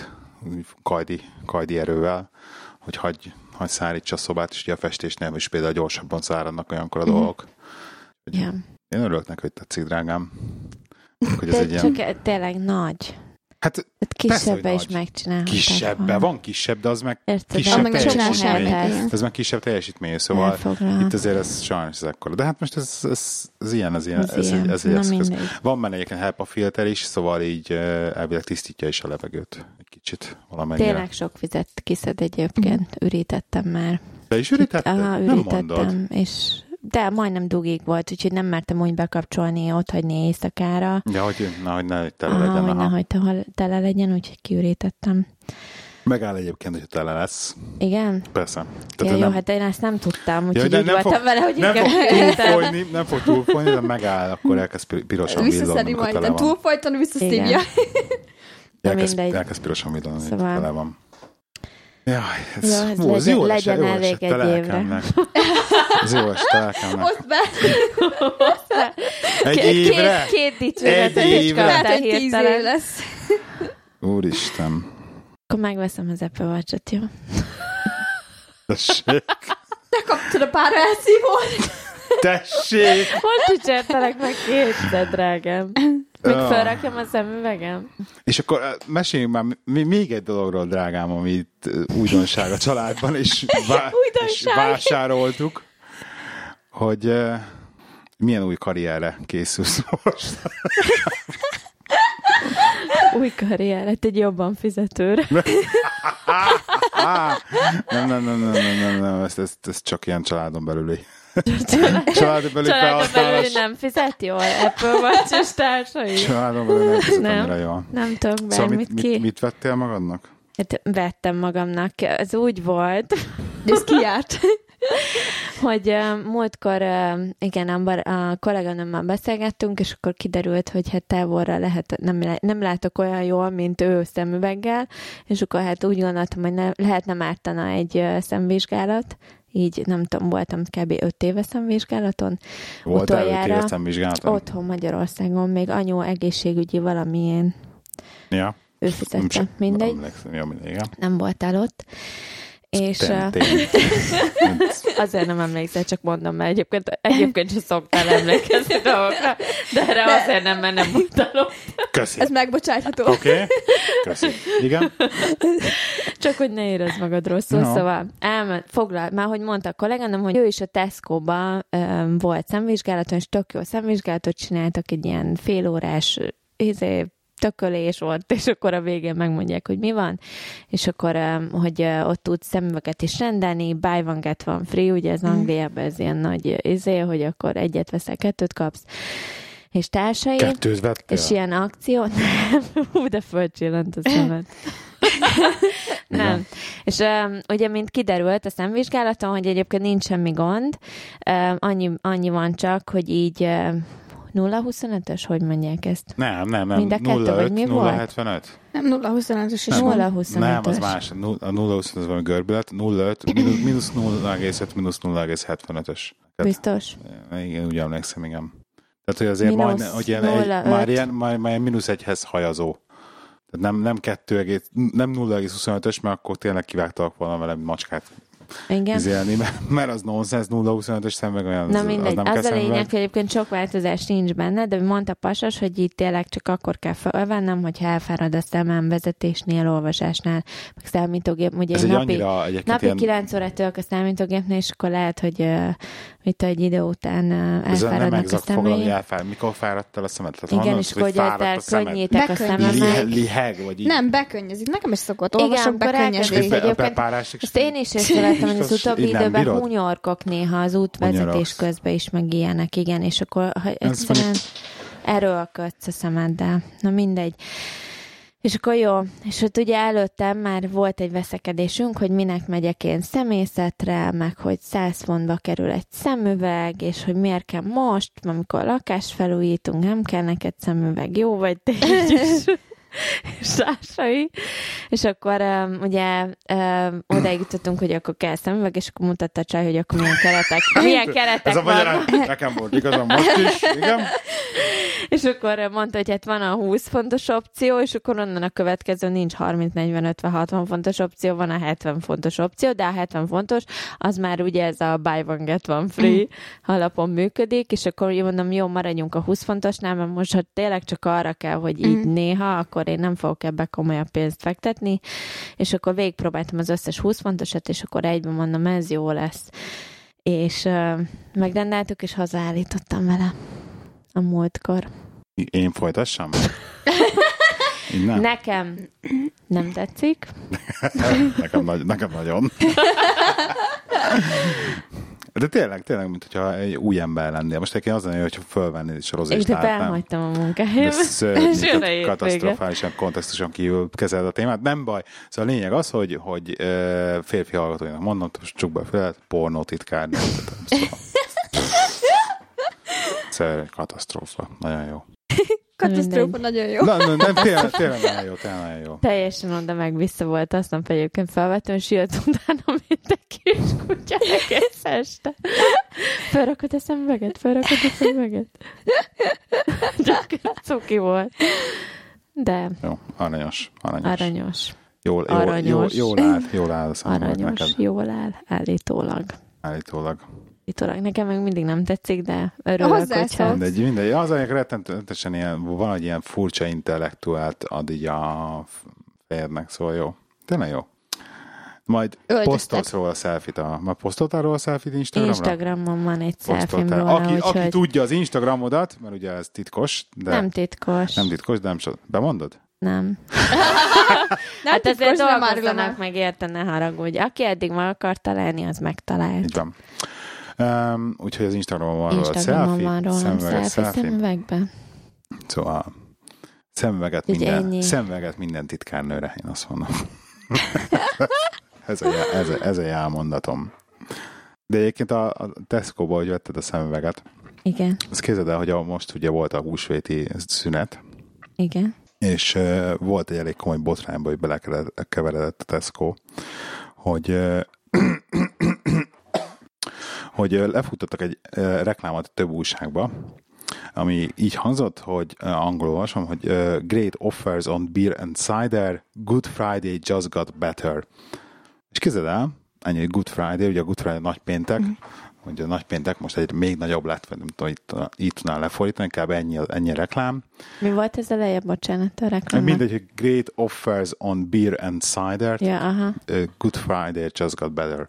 kajdi erővel, hogy hagy szárítsa a szobát, és ugye a festésnél is például gyorsabban száradnak olyankor a dolgok. Yeah. Én örülök neki, hogy tetszik, drágám. Hogy de ez csak ilyen... tényleg nagy. Hát kisebbe is megcsinálhatták. Kisebbe, van kisebb, de az meg érted, kisebb meg teljesítmény. csinálják. Ez meg kisebb teljesítmény, szóval elfoglal. itt azért ez sajnos ez ekkora. De hát most ez ilyen, ez egy Na, eszköz. mindegy. Van benne egyébként HEPA filter is, szóval így elvileg tisztítja is a levegőt egy kicsit valamennyire. Tényleg sok vizet kiszed egyébként, ürítettem már. Te is ürítetted? Aha, Nem mondod. ürítettem, de majdnem dugig volt, úgyhogy nem mertem úgy bekapcsolni, ott hagyni éjszakára. Ja, hogy ne tele legyen. Hogy nehogy tele legyen, úgyhogy kiürítettem. Megáll egyébként, hogy tele lesz. Igen? Persze. Ja, jó, hát én ezt nem tudtam, úgyhogy úgy voltam vele, hogy nem fog túlfolyni, de megáll, akkor elkezd pirosan villogni. Visszaszedi majd, de túlfolyton visszaszívja. Elkezd pirosan villogni, szóval... tele van. Jaj, ez jó legyen elég egy évre. Ez jó este lelkemnek. Oszd be! Egy évre? Két dicséretet is kaptál hirtelen. Lesz. Úristen. Akkor megveszem az Apple Watch-ot, jó? Tessék. Te kaptad a pára elszívót. Tessék. Most dicsértelek meg kétszer, drágám. Még felrakjam a szemüvegem. És akkor meséljünk már még egy dologról, drágám, amit újdonság a családban, és vásároltuk, hogy milyen új karrierre készülsz most. Új karrieret, egy jobban fizetőre. Nem, ez csak ilyen családon belüli. Családon belül nem fizet jól Apple Watch-os társai. Családon belül nem fizet annyira jól. Nem tudok szóval bármit mit vettél magadnak? Hát vettem magamnak. Ez úgy volt. Ez ki járt? Hogy múltkor, igen, a kolléganőmmel beszélgettünk, és akkor kiderült, hogy hát távolra nem látok olyan jól, mint ő szemüveggel, és akkor hát úgy gondoltam, hogy lehet nem ártana egy szemvizsgálat. Így nem tudom, voltam kb. 5 éve szemvizsgálaton. Voltál 5 éve szemvizsgálaton? Otthon Magyarországon, még anyu egészségügyi valamilyen. Ja. Ő fizette, mindegy. Nem voltál ott. És azért nem emlékszel, csak mondom, mert egyébként sem szoktál emlékezni dolgokra, de erre azért nem, mert nem mondtál ott. Köszi. Ez megbocsátható. Oké. Köszi. Igen? Csak hogy ne érezd magad rosszul, no. Szóval foglal, már hogy mondta a kolléganom, hogy ő is a Tesco-ban volt szemvizsgálaton, és tök jó szemvizsgálatot csináltak, egy ilyen félórás tökölés volt, és akkor a végén megmondják, hogy mi van, és akkor, hogy ott tudsz szemüveget is rendelni, buy one, get one free, ugye ez Angliában ez ilyen nagy hogy akkor egyet veszel, 2 kapsz, és társai. 2 vettél? És ilyen akció, nem, de fölcsillant a szemed. Nem. És ugye, mint kiderült a szemvizsgálaton, hogy egyébként nincs semmi gond, annyi van csak, hogy így 0-25-ös, hogy mondják ezt? Nem. Mind a kettő, vagy mi volt? 0-75? Nem 0-25-ös is. 0-25-ös. Nem, az más. A 0-25 az valami görbület, 0-5, mínusz 0,5, mínusz 0,75-ös. Biztos? Igen, úgy emlékszem, igen. Tehát, hogy azért majd, hogy már mínusz 1-hez hajazó. Tehát nem 0,25-ös, mert akkor tényleg kivágtak volna velem macskát. Igen. Izélni, mert az nonsens, 0-25-ös szemüveg olyan. Na mindegy, az a lényeg, hogy egyébként sok változás nincs benne, de mondta Pasas, hogy itt tényleg csak akkor kell felvennem, hogyha elfárad a szemem vezetésnél, olvasásnál, meg számítógép. Ugye ez napi ilyen... 9 órát tölök a számítógépnél, és akkor lehet, hogy egy idő után elfáradnak a szemeim. Mikor fáradt el a szemed? Igen, és akkor könnyítek a szememet. Liheg, vagy így? Nem, bekönnyözik. Nekem is szokott. Olvasok, bekönnyözik. Ezt én is észrevettem, hogy az utóbbi időben hunyorkok néha az útvezetés közben is, meg ilyenek, igen, és akkor egyszerűen erőlködsz a szemeddel. Na mindegy. És akkor jó, és ott ugye előttem már volt egy veszekedésünk, hogy minek megyek én szemészetre, meg hogy 100 fontba kerül egy szemüveg, és hogy miért kell most, amikor lakást felújítunk, nem kell neked szemüveg, jó vagy te is. sásai, és akkor ugye odaig jutottunk, hogy akkor kell szemüveg, és akkor mutatta a csaj, hogy akkor milyen keretek Ez a magyarán nekem volt igazán most is, igen. És akkor mondta, hogy hát van a 20 fontos opció, és akkor onnan a következő nincs 30, 40, 50, 60 fontos opció, van a 70 fontos opció, de a 70 fontos, az már ugye ez a buy one, get one free alapon működik, és akkor mondom, jó, maradjunk a 20 fontosnál, mert most, ha tényleg csak arra kell, hogy így néha, akkor én nem fogok ebbe komolyabb pénzt fektetni, és akkor végigpróbáltam az összes 20 fontosat, és akkor egyben mondom, ez jó lesz. És megrendeltük, és hazaállítottam vele a múltkor. Én folytassam? Nem. Nekem nem tetszik. nekem nagyon. De tényleg, mint hogyha egy új ember lennél. Most egyébként az lenne, hogyha fölvennéd is a rozést látnám. És de elhagytam a munkáját. Ez katasztrofálisan kontextuson kívül kezeled a témát. Nem baj. Szóval a lényeg az, hogy férfi hallgatóinak mondom, most csuk be a fület, pornótitkárnő. Szóval katasztrófa. Nagyon jó. Katasztrófa, nagyon jó. Nem, tényleg nagyon jó. Teljesen oda meg vissza volt, aztán egyébként felvettem, és jött utána, mint egy kis kutya egész este. Felrakod a szemüveget. Csak cuki volt. De... Jó, aranyos. Jól áll a szemüveg neked. Jól áll, állítólag. Nekem meg mindig nem tetszik, de örülök, hogyha... Mindegy. Az anyag rettentően ilyen, van egy ilyen furcsa intellektuált ad így a fejednek, szóval jó. Tényleg jó. Majd posztolsz róla a selfie-t. Már posztoltál róla a selfie-t Instagramra? Instagramon van egy selfie-m róla, aki tudja az Instagramodat, mert ugye ez titkos. De nem titkos. Nem titkos, de nem bemondod? Nem. Hát ezért dolgozzanak meg, érte, ne haragudj. Aki eddig meg akart találni, az megtalált. Így van. Úgyhogy az Instagramon van róla szemüvegbe. Szóval szemüveget minden titkárnőre, én azt mondom. ez a jelmondatom. De egyébként a Tesco-ból, hogy vetted a szemüveget. Igen. Azt képzeld el, hogy most ugye volt a húsvéti szünet. Igen. És volt egy elég komoly botrányba, hogy belekeveredett a Tesco, hogy lefutottak egy reklámot több újságba, ami így hangzott, hogy angolul olvasom, hogy great offers on beer and cider, Good Friday just got better. És képzeld el, ennyi Good Friday, ugye a Good Friday nagy péntek, hogy a nagy péntek most egy még nagyobb lett, nem tudom, így tudnál lefordítani, inkább ennyi reklám. Mi volt ez elején, bocsánat, a reklám? Mindegy, hogy great offers on beer and cider, Good Friday just got better.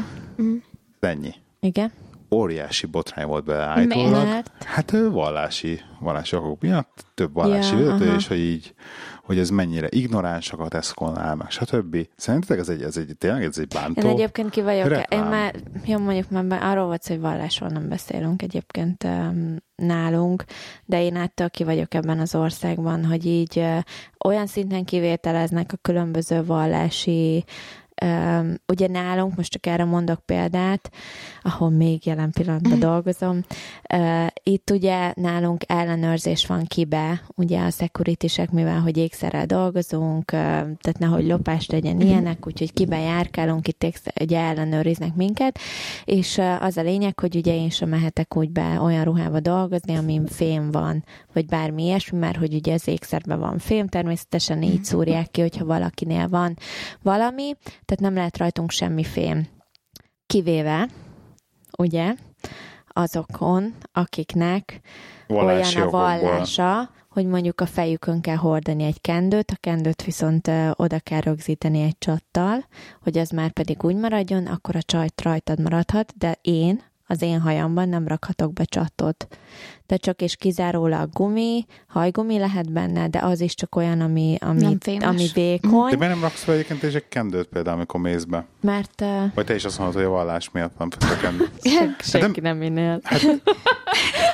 Ennyi. Igen. Óriási botrány volt beállítólag. Hát vallási okok miatt, több vallási vezető, és hogy ez mennyire ignoránsak a Tesco-nál, meg stb. Szerintetek ez egy bántó? Én egyébként ki vagyok. Én már, mondjuk már arról volt, hogy vallásról nem beszélünk egyébként nálunk, de én attól ki vagyok ebben az országban, hogy így olyan szinten kivételeznek a különböző vallási ugye nálunk, most csak erre mondok példát, ahol még jelen pillanatban dolgozom, itt ugye nálunk ellenőrzés van kibe, ugye a security-sek, mivel hogy ékszerrel dolgozunk, tehát nehogy lopást legyen ilyenek, úgyhogy kibe járkálunk, itt ugye ellenőriznek minket, és az a lényeg, hogy ugye én sem mehetek úgy be olyan ruhába dolgozni, amin fém van, vagy bármi ilyesmi, mert hogy ugye az ékszerben van fém, természetesen így szúrják ki, hogyha valakinél van valami, tehát nem lehet rajtunk semmi fém. Kivéve, ugye, azokon, akiknek olyan a vallása, hogy mondjuk a fejükön kell hordani egy kendőt, a kendőt viszont oda kell rögzíteni egy csattal, hogy az már pedig úgy maradjon, akkor a csajt rajtad maradhat, de az én hajamban nem rakhatok be csattot. De csak és kizárólag hajgumi lehet benne, de az is csak olyan, ami vékony. De miért nem raksz fel egyébként és egy kendőt például, amikor mész be? Mert... Vagy te is azt mondod, hogy a vallás miatt van fel a kendő. Senki nem minél.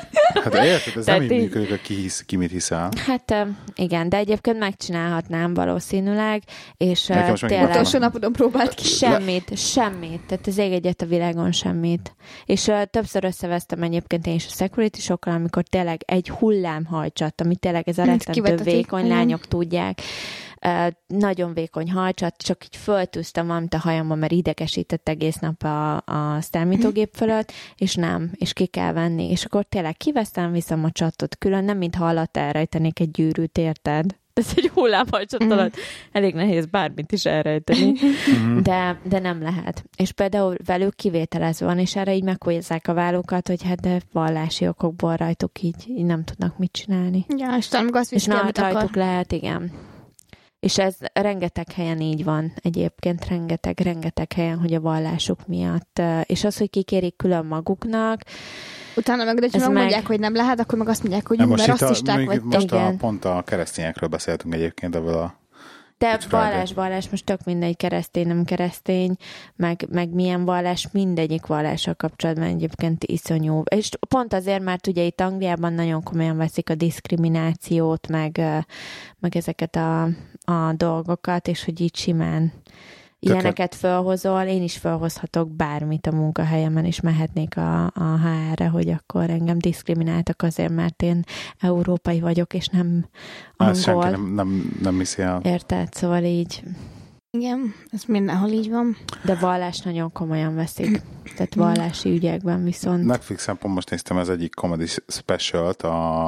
Hát érted, ez nem így így... működik, hogy ki mit hiszel. Hát igen, de egyébként megcsinálhatnám valószínűleg, és tényleg... Utolsó napodon próbált ki. Semmit. Tehát az ég egyet a világon semmit. És többször összevesztem egyébként én is a security-sokkal, amikor tényleg egy hullám hajcsat, ami tényleg ez a rettentő vékony lányok tudják. Nagyon vékony hajcsat, csak így föltűztem valamit a hajamba, mert idegesített egész nap a számítógép fölött, és nem, és ki kell venni. És akkor tényleg kivesztem, viszem a csatot külön, nem mintha alatt elrejtenék egy gyűrűt, érted? Ez egy hullámhajcsat alatt elég nehéz bármit is elrejteni, de nem lehet. És például velük kivételezve van, és erre így meghúzzák a vállukat, hogy hát de vallási okokból rajtuk így nem tudnak mit csinálni. Ja, és talán azt és rajtuk lehet, igen. És ez rengeteg helyen így van egyébként, rengeteg helyen, hogy a vallásuk miatt. És az, hogy kikérik külön maguknak. Utána meg, de ha mondják, hogy nem lehet, akkor meg azt mondják, hogy mert rasszisták vagy. Most pont a keresztényekről beszéltünk egyébként ebből a... De vallás, most tök mindegy, keresztény, nem keresztény, meg milyen vallás, mindegyik vallással kapcsolatban egyébként iszonyú. És pont azért, mert ugye itt Angliában nagyon komolyan veszik a diszkriminációt, meg ezeket a dolgokat, és hogy így simán ilyeneket felhozol, én is felhozhatok bármit a munkahelyemen, és mehetnék a HR-re, hogy akkor engem diszkrimináltak azért, mert én európai vagyok, és nem angol. Ezt senki nem hiszi el. Érted? Szóval így... Igen, ez mindenhol így van. De vallás nagyon komolyan veszik. Tehát vallási ügyekben viszont... Netflixen pont most néztem az egyik comedy specialt,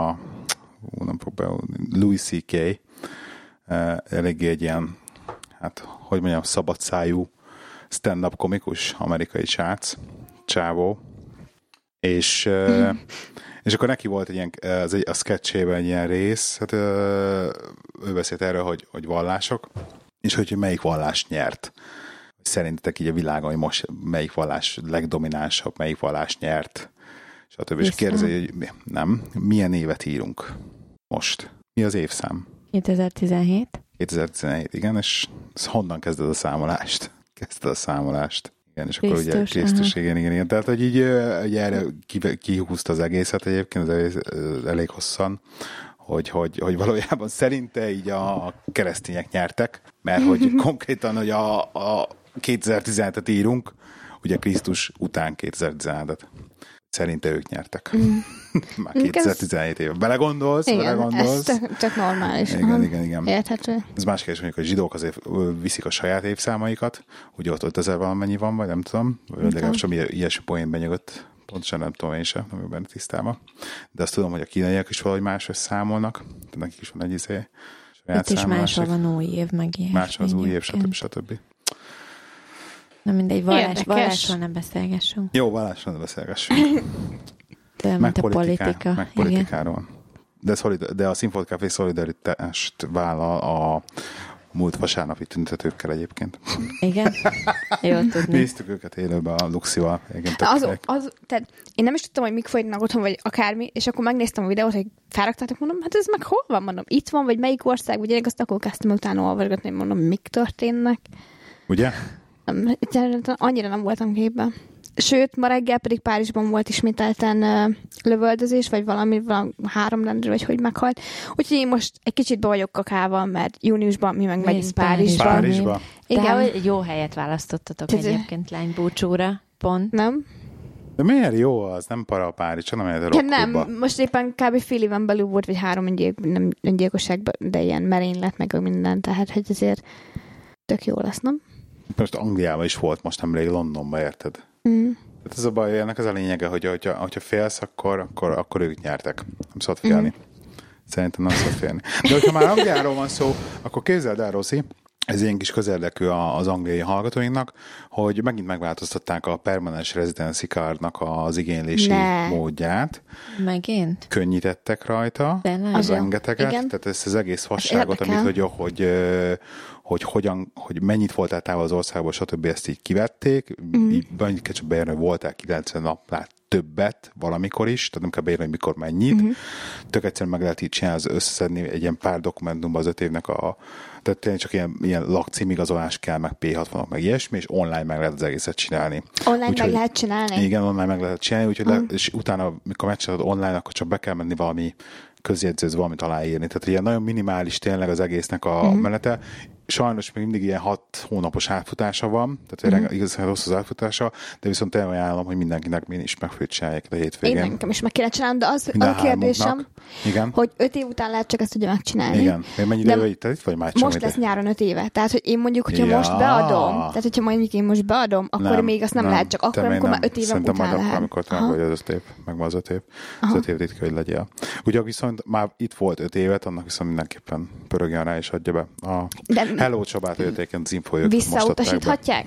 nem fog be, Louis C.K. Eléggé egy ilyen, hát, hogy mondjam, szabadszájú stand-up komikus, amerikai csávó. És akkor neki volt egy ilyen, a sketchében egy ilyen rész, hát ő beszélt erről, hogy vallások, és hogy melyik vallás nyert. Szerintetek így a világon, hogy most melyik vallás legdominánsabb, melyik vallás nyert, stb. És kérdezi, hogy milyen évet írunk most? Mi az évszám? 2017. 2017, igen, és honnan kezded a számolást? Igen, és akkor ugye Krisztus, igen. Tehát, hogy így erre kihúzta az egészet egyébként, az elég hosszan, hogy valójában szerinte így a keresztények nyertek, mert hogy konkrétan, hogy a 2017-et írunk, ugye Krisztus után 2017-et. Szerinte ők nyertek. Már 2017 éve. Belegondolsz? Ez tök normális. Igen. Érthető. Ez más kérdés, mondjuk, hogy zsidók azért viszik a saját évszámaikat, ugye ott 5000 valamennyi van, vagy nem tudom, legalább sem ilyesmi poén benyögött, pontosan nem tudom én sem, nem vagyok benne tisztában. De azt tudom, hogy a kínaiak is valahogy máshogy számolnak, tehát nekik is van egy saját számolások. Itt is máshol van új év, meg ilyen. Máshol az új év, stb. Na mindegy, vallásról nem beszélgessünk. Jó, vallásról nem beszélgessünk. Meg politikáról. De a Színfolt Café szolidaritást vállal a múlt vasárnapi tüntetőkkel egyébként. Igen? Jó tudni. Néztük őket élőben a Luxival. Tehát én nem is tudtam, hogy mik folynak otthon, vagy akármi, és akkor megnéztem a videót, hogy felraktátok, mondom, hát ez meg hol van, mondom, itt van, vagy melyik ország, vagy én azt akkor kezdtem utána olvasgatni, mondom, mik történnek. Ugye? Annyira nem voltam képben. Sőt, ma reggel pedig Párizsban volt ismételten lövöldözés, vagy valami 3 rendőr, vagy hogy meghalt. Úgyhogy én most egy kicsit be vagyok kakával, mert júniusban mi meg megyünk Párizsba. De hogy jó helyet választottatok egyébként lánybúcsúra, pont. Nem? De miért jó az? Nem para a Párizs, hanem egy rockklubba. Nem, most éppen kb. fél éven belül volt, vagy 3 öngyilkosságban, de ilyen merénylet, meg minden, tehát hogy azért tök jó lesz, nem? Most Angliában is volt, most nemrég Londonban, érted? Tehát ez a baj, ennek az a lényege, hogyha félsz, akkor ők nyertek. Nem szabad félni. Szerintem nem szabad félni. De hogyha már Angliáról van szó, akkor képzeld el, Rossi, ez ilyen kis közérdekű az angliai hallgatóinknak, hogy megint megváltoztatták a permanens residency cardnak az igénylési módját. Megint? Könnyítettek rajta. Rengeteget. Tehát ezt az egész fasságot, amit hogy mennyit voltál távol az országból, stb. Ezt így kivették. Így csak bejönő voltál 90 nap, többet valamikor is, tehát nem kell beírni, hogy mikor mennyit. Tök egyszerűen meg lehet így csinálni, összeszedni egy ilyen pár dokumentumban az 5 évnek tehát tényleg csak ilyen lakcímigazolás kell, meg P60-ok, meg ilyesmi, és online meg lehet az egészet csinálni. Online meg lehet csinálni? Igen, online meg lehet csinálni, úgyhogy és utána, mikor megcsinálod online, akkor csak be kell menni valami közjegyzőz valamit aláírni. Tehát ilyen nagyon minimális tényleg az egésznek a menete. Sajnos még mindig ilyen 6 hónapos átfutása van, tehát igazán rossz az átfutása, de viszont tényleg ajánlom, hogy mindenkinek is meg fogjuk csinálják a hétvégén. Én nekem is meg kéne csinálnom, de az a kérdésem, hogy 5 év után lehet csak ezt ugye megcsinálni. Igen. Még mennyi idő itt vagy már most lesz nyáron 5 éve. Tehát, hogy én mondjuk, hogyha most beadom, tehát hogyha mondjuk én most beadom, akkor még azt nem lehet, csak akkor, amikor már 5 éven után lehet. Szerintem amikor te vagy az 5 év, meg az 5 év. Az 5 év itt kell, hogy legyél. Ugye viszont már itt volt 5 évet, annak viszont mindenképpen pörögjön rá és adja be a Hello Csabát, hogy egyébként az infójuk visszautasíthatják?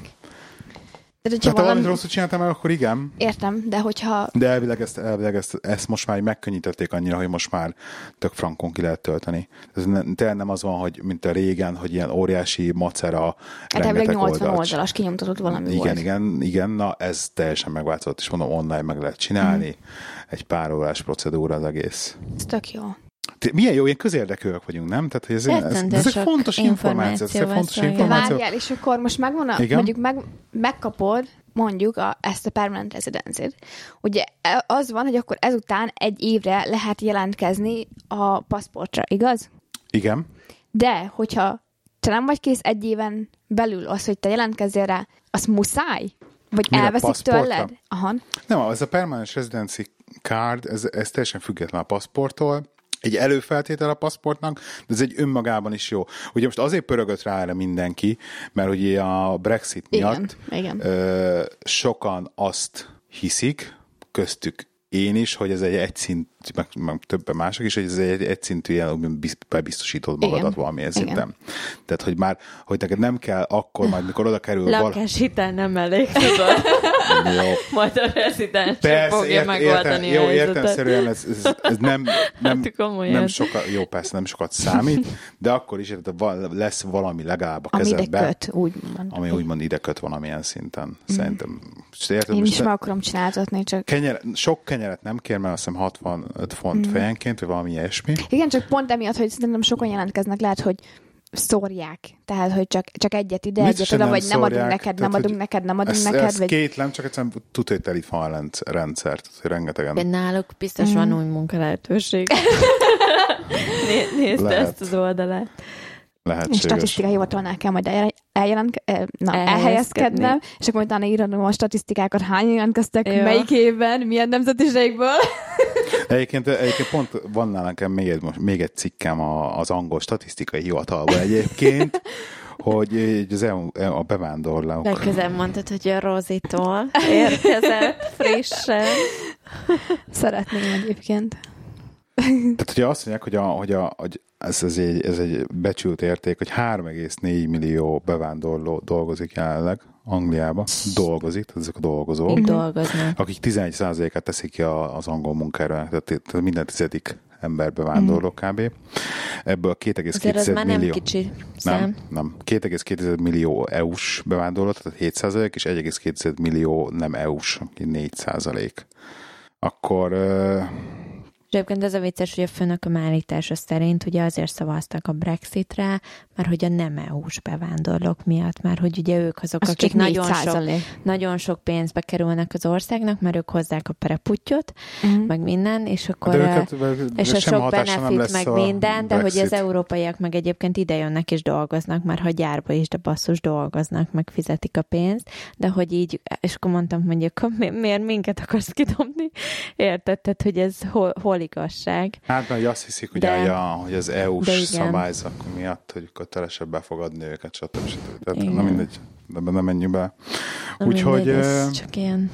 Tehát ha valamit rosszul csináltam meg, akkor igen. Értem, de hogyha... De elvileg ezt most már megkönnyítették annyira, hogy most már tök frankon ki lehet tölteni. Tényleg nem az van, hogy mint a régen, hogy ilyen óriási macera, rengeteg 80 oldalas kinyomtatott valami volt. Igen, na ez teljesen megváltozott, és mondom, online meg lehet csinálni. Egy pár órás procedúra az egész. Ez tök jó. Milyen jó, ilyen közérdekűek vagyunk, nem? Tehát, hogy ezek fontos információk. Várjál, és akkor most megvan mondjuk megkapod mondjuk ezt a permanent residency-t. Ugye az van, hogy akkor ezután 1 évre lehet jelentkezni a paszportra, igaz? Igen. De, hogyha te nem vagy kész 1 éven belül az, hogy te jelentkezzél rá, az muszáj? Vagy mire elveszik tőled? Aha. Nem, ez a permanent residency card, ez teljesen független a paszporttól. Egy előfeltétel a paszportnak, de ez egy önmagában is jó. Ugye most azért pörögött rá erre mindenki, mert ugye a Brexit miatt igen. Sokan azt hiszik, köztük én is, hogy ez egy egyszintű, meg többen mások is, hogy ez egy egyszintű ilyen bebiztosítod magadat valamilyen szinten. Tehát, hogy már, hogy neked nem kell akkor majd, mikor oda kerül... Lakáshitel nem elég, tudod. Majd a rezidens fogja megoldani jó, értelemszerűen ez nem sokat, jó, persze nem sokat számít, de akkor is lesz valami legalább a kezedben. Ami ide köt, úgymond. Ami úgymond ide köt valamilyen szinten. Szerintem. Én is meg akarom csináltatni, csak... Sok kenyeret nem kér, mert azt hiszem 65 font fejenként, vagy valami ilyesmi. Igen, csak pont emiatt, hogy szerintem sokan jelentkeznek, lehet, hogy szórják. Tehát, hogy csak egyet ide, egyet oda, vagy nem adunk neked, nem adunk neked, nem adunk neked. Ez kétlem, csak egyszerűen tudja, hogy telít van a rendszert, hogy rengetegen. De náluk biztos van új munkalehetőség. Nézd ezt az oldalát. Lehetséges. Statisztikai hivatalnál kell majd elhelyezkednem, és akkor utána íranom a statisztikákat, hány jelentkeztek, melyik évben, milyen nemzetiségből. Egyébként pont van nekem még egy cikkem az angol statisztikai hivatalban egyébként, hogy az a bevándorlók. Legközelebb mondtad, hogy a Rozitól érkezett frissen. Szeretném egyébként. Tehát ugye azt mondják, hogy ez egy becsült érték, hogy 3,4 millió bevándorló dolgozik jelenleg Angliában. Dolgozik, tehát ezek a dolgozók. Akik 11%-át teszik ki az angol munkaerőnek, tehát minden 10. ember bevándorló kb. Ebből 2,2 millió... kicsi szám. Nem. 2,2 millió EU-s bevándorló, tehát 7%, és 1,2 millió nem EU-s, aki 4%. Akkor... Egyébként ez a vicces, hogy a főnököm állítása szerint ugye azért szavaztak a Brexitre, mert hogy a nem EU-s bevándorlók miatt, mert hogy ugye ők azok, az akik nagyon sok pénzbe kerülnek az országnak, mert ők hozzák a preputyot, meg minden, és akkor és a sok benefit, meg minden, de hogy az európaiak meg egyébként ide jönnek és dolgoznak, mert ha gyárba is, de basszus dolgoznak, meg fizetik a pénzt, de hogy így, és akkor mondtam, hogy akkor miért minket akarsz kidobni? Érted? Tehát, hogy ez hol igazság. Hát, mert azt hiszik, hogy az EU-s szabályzak miatt, hogy kötelesebb befogadni őket, stb. Tehát nem mindegy, de nem menjünk be. Úgyhogy... Ez csak ilyen...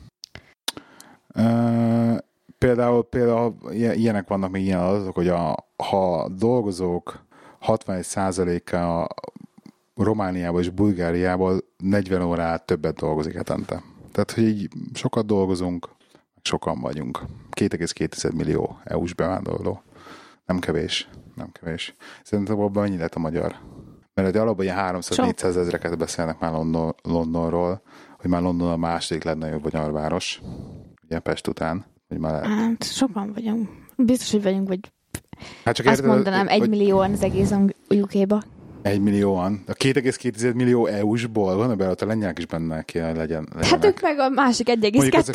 Például ilyenek vannak még ilyen adatok, hogy ha a dolgozók 61%-a Romániából és Bulgáriából 40 órát többet dolgozik hetente. Tehát, hogy így sokat dolgozunk, sokan vagyunk. 2,2 millió EU-s bevándorló. Nem kevés. Szerintem abban mennyi lett a magyar? Mert alapban ilyen 300-400 ezreket beszélnek már Londonról, hogy már London a második legnagyobb magyarváros. ugye Pest után. Hogy már Hát sokan vagyunk. Biztos, hogy vagyunk, vagy hát csak azt mondanám, 1 millióan az egész UK-ba. 1 millióan. A 2,2 millió EU-sból van, ebben ott a lengyelek is benne kell legyen. Hát ők meg a másik 1,2.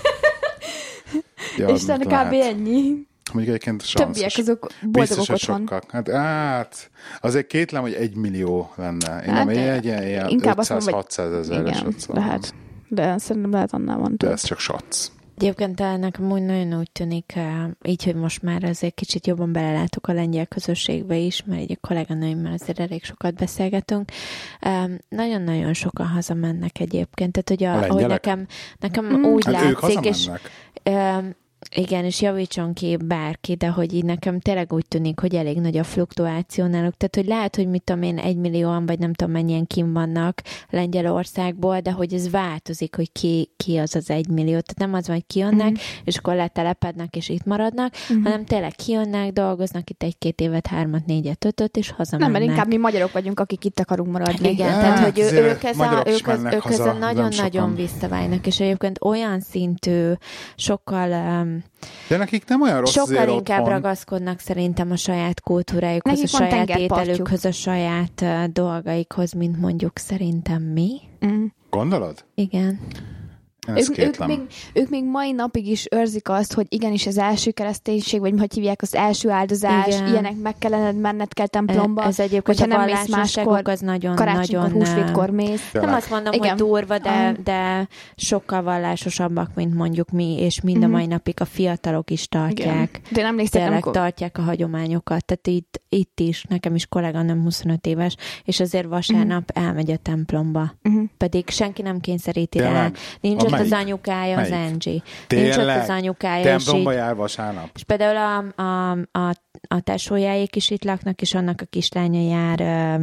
Ja, és kb. Ennyi. Mondjuk egyébként Többiek azok boldogok otthon. Hát azért kétlem, hogy 1 millió lenne. Én Hát nem ilyen inkább 500-600 ezerre satszol. lehet. De szerintem lehet annál van De több. ez csak satsz. Egyébként nekem úgy nagyon úgy tűnik, így, hogy most már azért kicsit jobban belelátok a lengyel közösségbe is, mert egy kolléganőimmel azért elég sokat beszélgetünk. Nagyon-nagyon sokan hazamennek egyébként. Tehát, hogy nekem úgy hát látszik, ők hazamennek. Igen, és javítson ki bárki, de hogy így nekem tényleg úgy tűnik, hogy elég nagy a fluktuáció náluk. Tehát, hogy lehet, hogy mit tudom én, 1 millióan, vagy nem tudom mennyien kim vannak Lengyelországból, de hogy ez változik, hogy ki az az 1 millió. Tehát nem az van, hogy kijönnek, és akkor letelepednek, és itt maradnak, hanem tényleg kijönnek, dolgoznak itt 1-2 évet, 3-4, 5-öt, és hazamennek. Nem, mert inkább mi magyarok vagyunk, akik itt akarunk maradni. Igen, tehát, hogy ők ezen nagyon-nagyon visszavágnak, és egyébként olyan szintű, sokkal de nekik nem olyan rossz sokkal azért inkább otthon. ragaszkodnak szerintem a saját kultúrájukhoz, Nekik a van saját tengerpartjuk. ételükhöz, a saját dolgaikhoz, mint mondjuk szerintem mi. Gondolod? Igen. Én ezt kétlem. Ők még mai napig is őrzik azt, hogy igenis az első kereszténység, vagy hogy hívják, az első áldozás, Igen. ilyenek meg kellene menned kell templomba. Ez egyébként hogyha a nem mész máskor, az nagyon, karácsonykor, húsvétkor mész. nem azt mondom, Igen. hogy durva, de sokkal vallásosabbak, mint mondjuk mi, és mind a mai napig a fiatalok is tartják. Igen. De én emlékszem, Tényleg amikor... tartják a hagyományokat. Tehát itt is, nekem is kolléganőm 25 éves, és azért vasárnap elmegy a templomba. Pedig senki nem kényszeríti rá. Nincs ott az anyukája, az Angie. Nincs ott az anyukája. Templomba jár vasárnap? És például a tesójáik is itt laknak, és annak a kislánya jár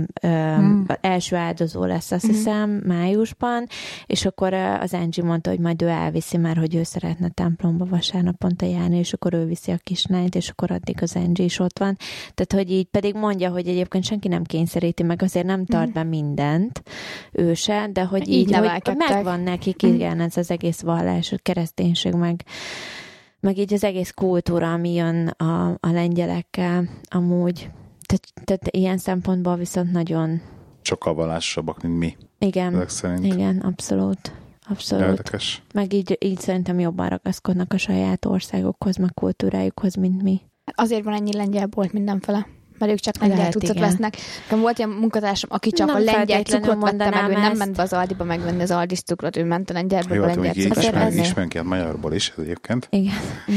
első áldozó lesz, azt hiszem, májusban, és akkor az Angie mondta, hogy majd ő elviszi már, hogy ő szeretne templomba vasárnaponta járni, és akkor ő viszi a kislányt, és akkor addig az Angie is ott van. Tehát, hogy így pedig mondja, hogy egyébként senki nem kényszeríti meg, azért nem tart be mindent ő se, de hogy így hogy megvan nekik, igen, ez az egész vallás, a kereszténység, meg így az egész kultúra, ami jön a lengyelekkel amúgy. Tehát ilyen szempontból viszont nagyon... Sokkal vallásosabbak, mint mi. Igen, igen, abszolút. Érdekes. Meg így szerintem jobban ragaszkodnak a saját országokhoz, meg kultúrájukhoz, mint mi. Azért van ennyi lengyel bolt mindenfele. Mert ők csak lengyel cuccot vesznek. Volt ilyen munkatársam, aki csak nem a lengyel cukrot vette meg, ő nem ment be az Aldiba megvenni az Aldis cukrot, ő ment a lengyelből a lengyel cukrot. Ismerünk ilyen magyarból is egyébként. Igen.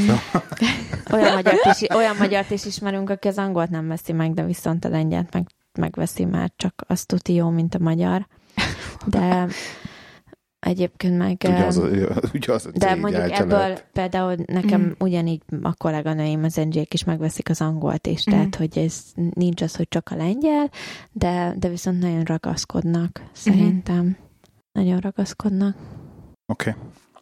Olyan magyart is ismerünk, aki az angolt nem veszi meg, de viszont a lengyelt megveszi, már csak azt tuti jó, mint a magyar. De egyébként meg... Ugye az de mondjuk ebből például nekem ugyanígy a kolléganőim, az NG-k is megveszik az angolt is, tehát hogy ez nincs az, hogy csak a lengyel, de viszont nagyon ragaszkodnak, szerintem. Nagyon ragaszkodnak. Oké.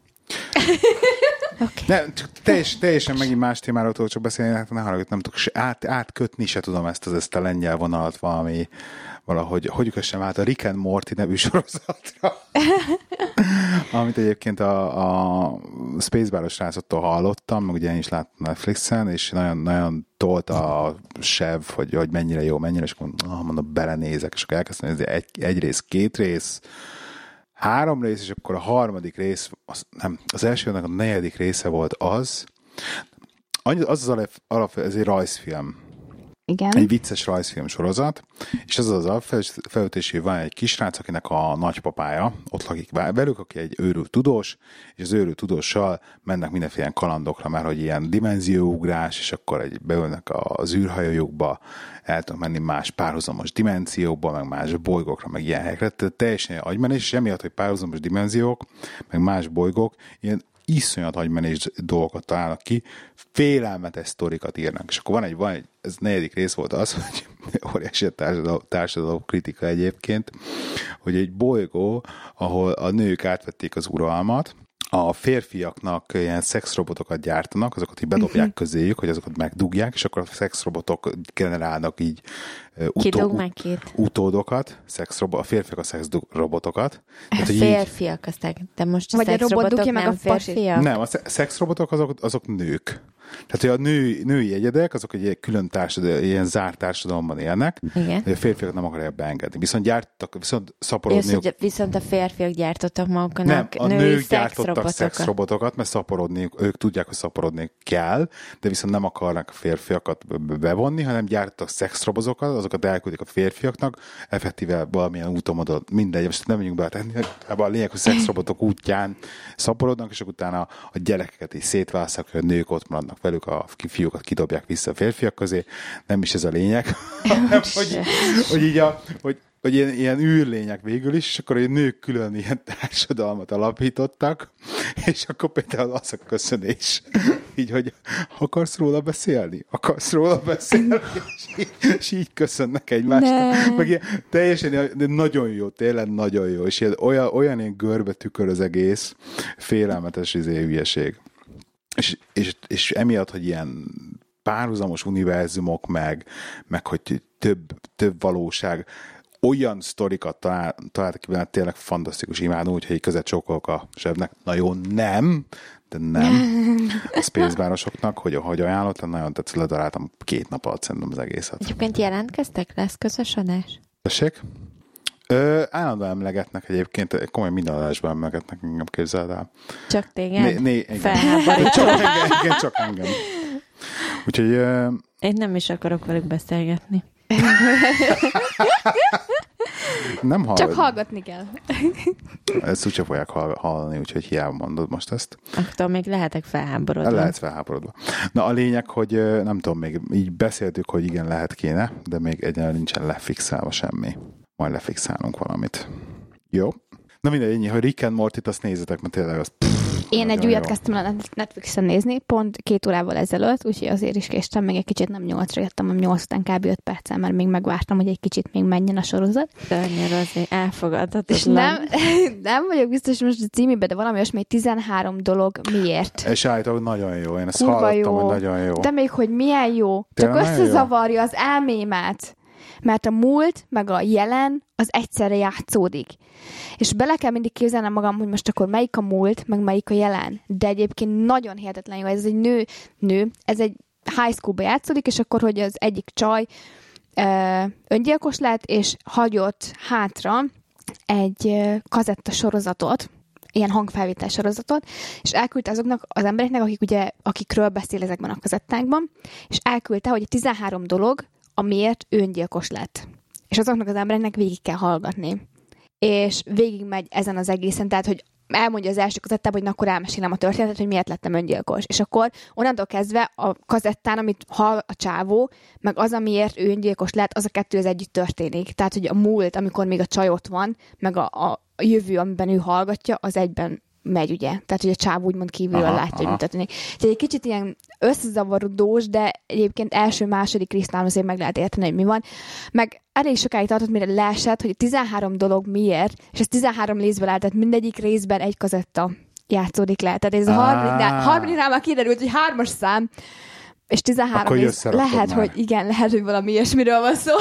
Nem, csak teljesen megint más témáról tudok csak beszélni, hát ne haragudj, nem tudok átkötni se tudom ezt a lengyel vonalat valahogy, hogy ükössem át a Rick and Morty nevű sorozatra, amit egyébként a Spacebar-os srácottól hallottam, meg ugye én is láttam Netflixen, és nagyon tolt a sev, hogy mennyire jó, mennyire, és mondom, belenézek, és akkor elkezdtem nézni egy rész, 2 rész, 3 rész, és akkor a harmadik rész, az elsőnek a 4. része volt az alap, ez egy rajzfilm. Igen. Egy vicces rajzfilm sorozat, és ez az alapfelütés, hogy van egy kisrác, akinek a nagypapája ott lakik velük, aki egy őrült tudós, és az őrült tudóssal mennek mindenféle kalandokra, mert hogy ilyen dimenzióugrás, és akkor beülnek az űrhajójukba, el tudnak menni más párhuzamos dimenziókba, meg más bolygókra, meg ilyen helyekre. Tehát teljesen agymenés, és emiatt, hogy párhuzamos dimenziók, meg más bolygók, ilyen iszonyat agymenés dolgokat találnak ki, félelmetes sztorikat írnak. És akkor van egy ez 4. rész volt az, hogy óriási társadalom kritika egyébként, hogy egy bolygó, ahol a nők átvették az uralmat, a férfiaknak ilyen szexrobotokat gyártanak, azokat így bedobják közéjük, hogy azokat megdugják, és akkor a szexrobotok generálnak így utódokat, a férfiak a szexrobotokat. A férfiak, de most a szexrobotok nem férfiak? Nem, a szexrobotok azok nők. Tehát, hogy a női egyedek, azok egy külön társadalom, ilyen zárt társadalomban élnek, hogy a férfiak nem akarják beengedni. Viszont szaporodniuk... Viszont a férfiak gyártottak maguknak nem, a nők gyártottak szexrobotokat, mert ők tudják, hogy szaporodni kell, de viszont nem akarnak a férfiakat bevonni, hanem gyártottak szexrobotokat, azokat elküldik a férfiaknak, effektíve valamilyen úton, mindegy, most nem megyünk be a lényeg, hogy szexrobotok útján szaporodnak, és utána a gyerekeket is szétválasztják, hogy a nők ott maradnak velük, a fiúkat kidobják vissza a férfiak közé. Nem is ez a lényeg, hanem, hogy ilyen űrlények végül is, és akkor a nők külön ilyen társadalmat alapítottak, és akkor például az a köszönés, így, hogy akarsz róla beszélni? És így köszönnek egymásnak. Meg ilyen, teljesen nagyon jó, tényleg nagyon jó, és olyan ilyen görbe tükör az egész, félelmetes hülyeség. És emiatt, hogy ilyen párhuzamos univerzumok, meg hogy több valóság, olyan sztorikat találtak ki benne, tényleg fantasztikus, imádom, úgyhogy között csókolok a zsebnek. Na jó, nem a Spacebárosoknak, hogy ajánlottam, nagyon tetszett, ledaráltam 2 nap alatt szerintem az egészet. Egyébként jelentkeztek? Lesz közös adás? Tessék? Állandóan emlegetnek egyébként, komoly minden adásban emlegetnek, engem képzeld el. Csak téged? Csak engem. Úgyhogy... Én nem is akarok velük beszélgetni. Nem hallod. Csak hallgatni kell. Ezt úgyse fogják hallani, úgyhogy hiába mondod most ezt. Akkor még lehetek felháborodva. Lehet felháborodva. Na a lényeg, hogy nem tudom, még így beszéltük, hogy igen, lehet kéne, de még egyenlően nincsen lefixálva semmi. Majd lefixálunk valamit. Jó? Na mindegy, ennyi, hogy Rick and Morty-t azt nézzetek, mert tényleg az... Én egy újat kezdtem a Netflixen nézni, pont 2 órával ezelőtt, úgyhogy azért is késtem, még egy kicsit nem 8-ra jöttem, hanem 8 után kb. 5 perccel, mert még megvártam, hogy egy kicsit még menjen a sorozat. Szörnyű, azért elfogadhatatlan. És nem vagyok biztos most a címében, de valami olyasmi, 13 dolog miért. És állítólag nagyon jó, én ezt hallottam, hogy nagyon jó. De még, hogy milyen jó. Csak összezavarja az elmémet. Mert a múlt, meg a jelen, az egyszerre játszódik. És bele kell mindig képzelnem magam, hogy most akkor melyik a múlt, meg melyik a jelen. De egyébként nagyon hihetetlen jó. Ez egy nő, ez egy high schoolba játszódik, és akkor, hogy az egyik csaj öngyilkos lett, és hagyott hátra egy kazetta sorozatot, ilyen hangfelvétel sorozatot, és elküldte azoknak az embereknek, akikről beszél ezekben a kazettákban, és elküldte, hogy 13 dolog, amiért öngyilkos lett. És azoknak az embereknek végig kell hallgatni. És végig megy ezen az egészen, tehát, hogy elmondja az első kazettában, hogy na, akkor elmesélem a történetet, hogy miért lettem öngyilkos. És akkor onnantól kezdve a kazettán, amit hall a csávó, meg az, amiért ő öngyilkos lett, az a kettő az együtt történik. Tehát, hogy a múlt, amikor még a csaj ott van, meg a jövő, amiben ő hallgatja, az egyben megy, ugye? Tehát, hogy a csáv úgymond kívülről látja, hogy mi történik. Tehát egy kicsit ilyen összezavarodós, de egyébként első-második résznál azért meg lehet érteni, hogy mi van. Meg elég sokáig tartott, mire leesett, hogy 13 dolog miért, és ez 13 részből áll, tehát mindegyik részben egy kazetta játszódik le. Tehát ez a harmadiknál már kiderült, hogy 3-as szám, és 13 rész. Lehet, már. Hogy igen, lehet, hogy valami ilyesmiről van szó.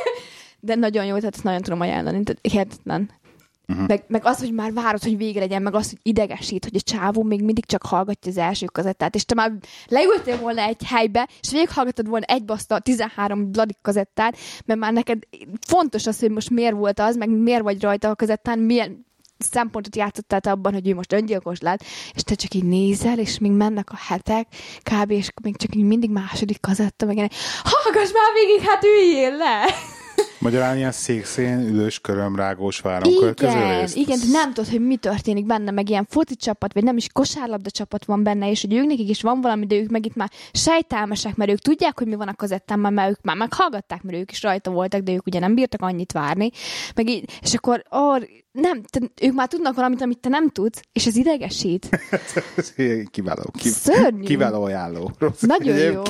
De nagyon jó, tehát ezt nagyon tudom ajánlani. Tehát hihetetlen. Meg az, hogy már várod, hogy vége legyen, meg az, hogy idegesít, hogy a csávó még mindig csak hallgatja az első kazettát, és te már leültél volna egy helybe, és végighallgattad volna egy baszta 13 bladik kazettát, mert már neked fontos az, hogy most miért volt az, meg miért vagy rajta a kazettán, milyen szempontot játszottál te abban, hogy ő most öngyilkos lett, és te csak így nézel, és még mennek a hetek, kb. És még csak így mindig második kazetta, meg ilyen, hallgass már végig, hát üljél le! Magyarán ilyen székszén, ülős, körömrágós váron következő részt. Igen, de nem tudod, hogy mi történik benne, meg ilyen foci csapat, vagy nem is kosárlabda csapat van benne, és hogy ők nekik is van valami, de ők meg itt már sejtelmesek, mert ők tudják, hogy mi van a kazettán, mert ők már meghallgatták, mert ők is rajta voltak, de ők ugye nem bírtak annyit várni. Meg így, és akkor nem, ők már tudnak valamit, amit te nem tudsz, és ez idegesít. Kiváló. Szörnyű. Kiváló ajánló. Nagyon jó.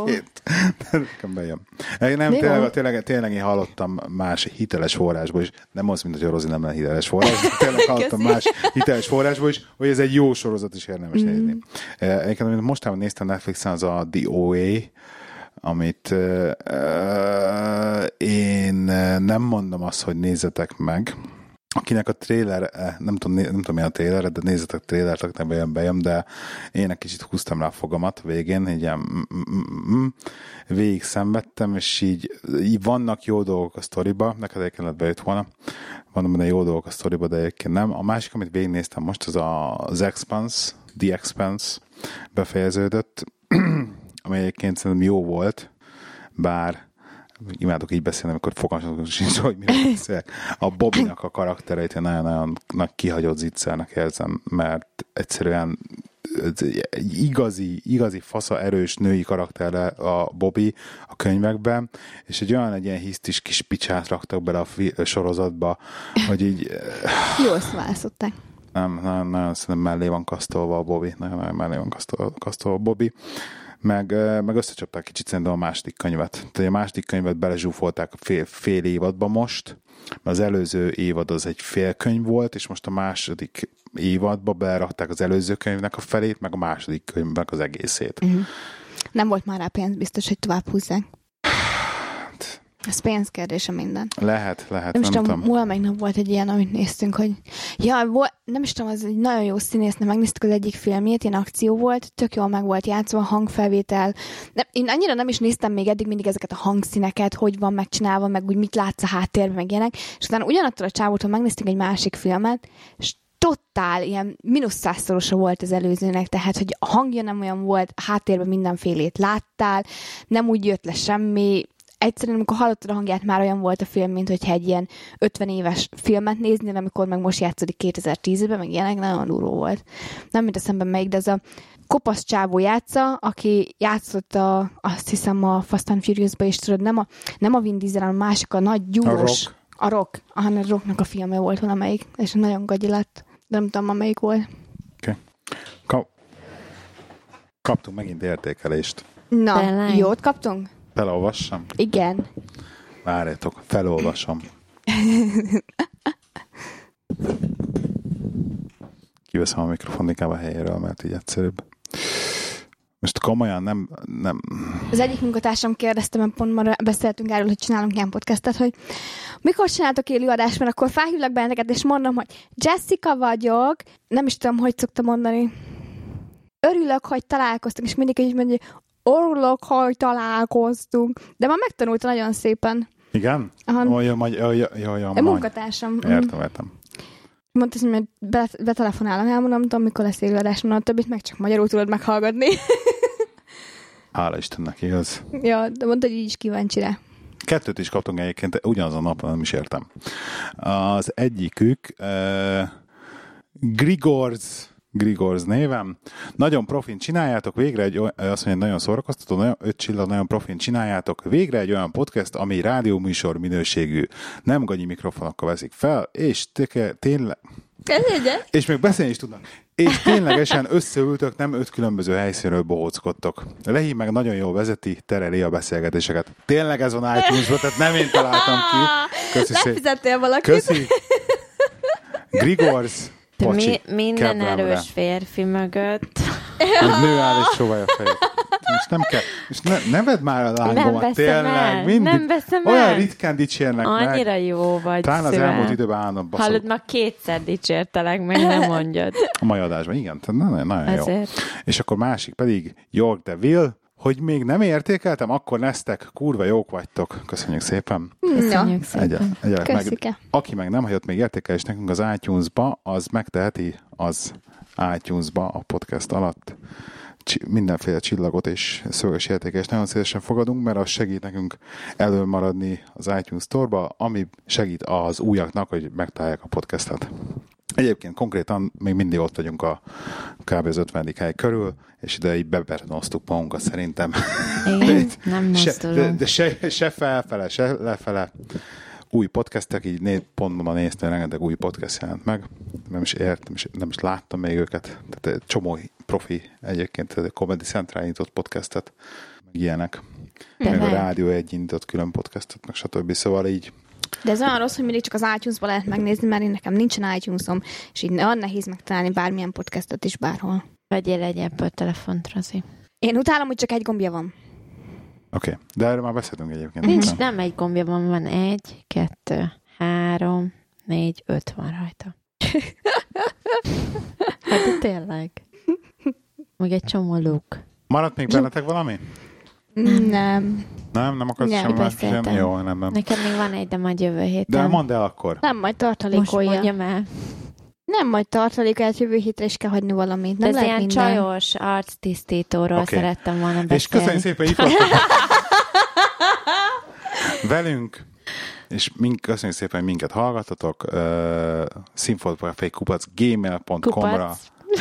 Nekem bejön. Nem, tényleg én hallottam más hiteles forrásból is, nem az, mint hogy a Rozi nem lenne hiteles forrás, de tényleg hallottam más hiteles forrásból is, hogy ez egy jó sorozat is érdemes nézni. Egyébként, amit mostában néztem Netflixen, az a The OA, amit én nem mondom azt, hogy nézzetek meg. Akinek a trailer, nem tudom mi a trailer, de nézzetek trailert, akinek bejön, de én egy kicsit húztam rá a fogamat végén, így ilyen végig szenvedtem, és így vannak jó dolgok a sztoriba, neked egyébként bejött volna, vannak benne jó dolgok a sztoriba, de egyébként nem. A másik, amit végignéztem most, az az Expanse, The Expanse befejeződött, ami egyébként szerintem jó volt, bár imádok így beszélni, amikor fogalmazom sincs, hogy miről beszélek. A Bobbynak a karaktereit nagyon-nagyon nagy kihagyott zicsernek érzem, mert egyszerűen igazi fasza erős női karakterre a Bobby a könyvekben, és egy ilyen hisztis kis picsát raktak bele a sorozatba, hogy így... Jól választották. Nem, nagyon szerintem mellé van kasztolva a Bobby, nagyon mellé van kasztolva a Bobby. Meg összecsapták kicsit szerintem a második könyvet. Tehát a második könyvet belezsúfolták a fél évadba most, mert az előző évad az egy félkönyv volt, és most a második évadba belerakták az előző könyvnek a felét, meg a második könyvnek az egészét. Uh-huh. Nem volt már rá pénz biztos, hogy tovább húzzák. Ez pénzkérdése minden. Lehet. Nem is tudom, valamelyik nap volt egy ilyen, amit néztünk, hogy nem is tudom, az egy nagyon jó színésznő, megnéztük az egyik filmjét, ilyen akció volt, tök jól meg volt játszva, hangfelvétel. Én annyira nem is néztem még eddig mindig ezeket a hangszíneket, hogy van megcsinálva, meg úgy mit látsz a háttérben, meg ilyenek, és utána ugyanattól a csávótól megnéztünk egy másik filmet, és totál ilyen -100-szorosa volt az előzőnek, tehát, hogy a hangja nem olyan volt, a háttérben mindenfélét láttál, nem úgy jött le semmi. Egyszerűen, amikor hallottad a hangját, már olyan volt a film, mint hogyha egy ilyen 50 éves filmet néznél, amikor meg most játszódik 2010-ben, meg ilyenek, nagyon duró volt. Nem mint eszemben melyik, de ez a kopasz csávó játsza, aki játszott azt hiszem a Fast and Furious-ba is, tudod, nem a Vin Diesel, hanem a másik, a nagy gyúros. A Rock. A Rocknak a filmje volt valamelyik, és nagyon gagyi lett, de nem tudom, melyik volt. Oké. Kaptunk megint értékelést. Na, jót kaptunk? Felolvassam? Igen. Várjátok, felolvasom. Kiveszem a mikrofon inkább a helyéről, mert így egyszerűbb. Most komolyan nem... Az egyik munkatársam kérdezte, mert pont már beszéltünk erről, hogy csinálunk ilyen podcastet, hogy mikor csináltok élőadást, mert akkor felhívlak benneteket, és mondom, hogy Jessica vagyok, nem is tudom, hogy szoktam mondani. Örülök, hogy találkoztunk, és mindig így mondja, örülök, hogy találkoztunk. De már megtanulta nagyon szépen. Igen? A munkatársam. Értem. Mondta, hogy betelefonálom, elmondom, tudom, mikor lesz élőadás, mondom, a többit meg csak magyarul tudod meghallgatni. Hála Istennek, igaz? Ja, de mondta, hogy így is kíváncsi rá. 2 is kaptunk egyébként, ugyanazon napon, nem is értem. Az egyikük Grigors névem. Nagyon profin csináljátok, végre azt mondja, nagyon szórakoztató, 5 csillag, nagyon profin csináljátok, végre egy olyan podcast, ami rádióműsor minőségű, nem gagyi mikrofonokkal veszik fel, és tényleg... És még beszélni is tudnak. És ténylegesen összeültök, nem 5 különböző helyszínről bohóckodtok. Lehi meg nagyon jól vezeti, tereli a beszélgetéseket. Tényleg ez van iTunes-ban, tehát nem én találtam ki. Köszi szépen. Lefizettél valakit. Köszi. Grigors. Pacsi, minden erős férfi mögött. Egy nő áll és csóválja a fejét. És nem kell. És ne vedd már a lángomat, tényleg. Nem veszem olyan el. Ritkán dicsérnek meg. Annyira jó vagy. Talán az elmúlt időben állnom baszol. Hallod, már 2-szer dicsértelek, meg nem mondjad. A mai adásban, igen. Nagyon jó. És akkor másik pedig York the Will, hogy még nem értékeltem, akkor neztek, kurva jók vagytok. Köszönjük szépen. Köszönjük szépen. Meg, aki meg nem hagyott még értékelést nekünk az iTunes-ba, az megteheti az iTunes-ba a podcast alatt mindenféle csillagot és szöveges értékelést nagyon szívesen fogadunk, mert az segít nekünk előmaradni az iTunes Store-ba, ami segít az újaknak, hogy megtalálják a podcastet. Egyébként konkrétan még mindig ott vagyunk a kb. Az 50. hely körül, és ide így bebernoztuk magunkat szerintem. Igen, nem mozdulunk. De se felfele, se lefele. Új podcastek, így pont ma néztem, rengeteg új podcast jelent meg. Nem is értem, nem is láttam még őket. Tehát egy csomó profi egyébként, a Comedy Central nyitott podcastet, meg ilyenek. Meg a Rádió 1 nyitott külön podcastet, meg stb. Szóval így. De ez olyan rossz, hogy mindig csak az iTunes-ba lehet megnézni, mert én nekem nincsen iTunes-om, és így olyan nehéz megtalálni bármilyen podcastot is bárhol. Vegyél egy ebből telefont, Rozi. Én utálom, hogy csak egy gombja van. Oké. De erről már beszéltünk egyébként. Nincs, nem egy gombja van 1, 2, 3, 4, 5 van rajta. Hát de tényleg. Meg egy csomó luk. Maradt még bennetek valami? Nem. Nem akarsz Nem, sem más? beszéltem. Jó, nem. Nekem még van egy, de majd jövő héten. De mondd el akkor. Nem, majd Most tartalékolja. mondjam el. Nem, majd tartalékolja, jövő hétre is kell hagyni valamit. De Nem ez lehet ilyen minden. csajos arctisztítóról szerettem volna beszélni. És köszönjük szépen, itt voltunk velünk, és köszönjük szépen, hogy minket hallgattatok. Színfoltcafé@gmail.com-ra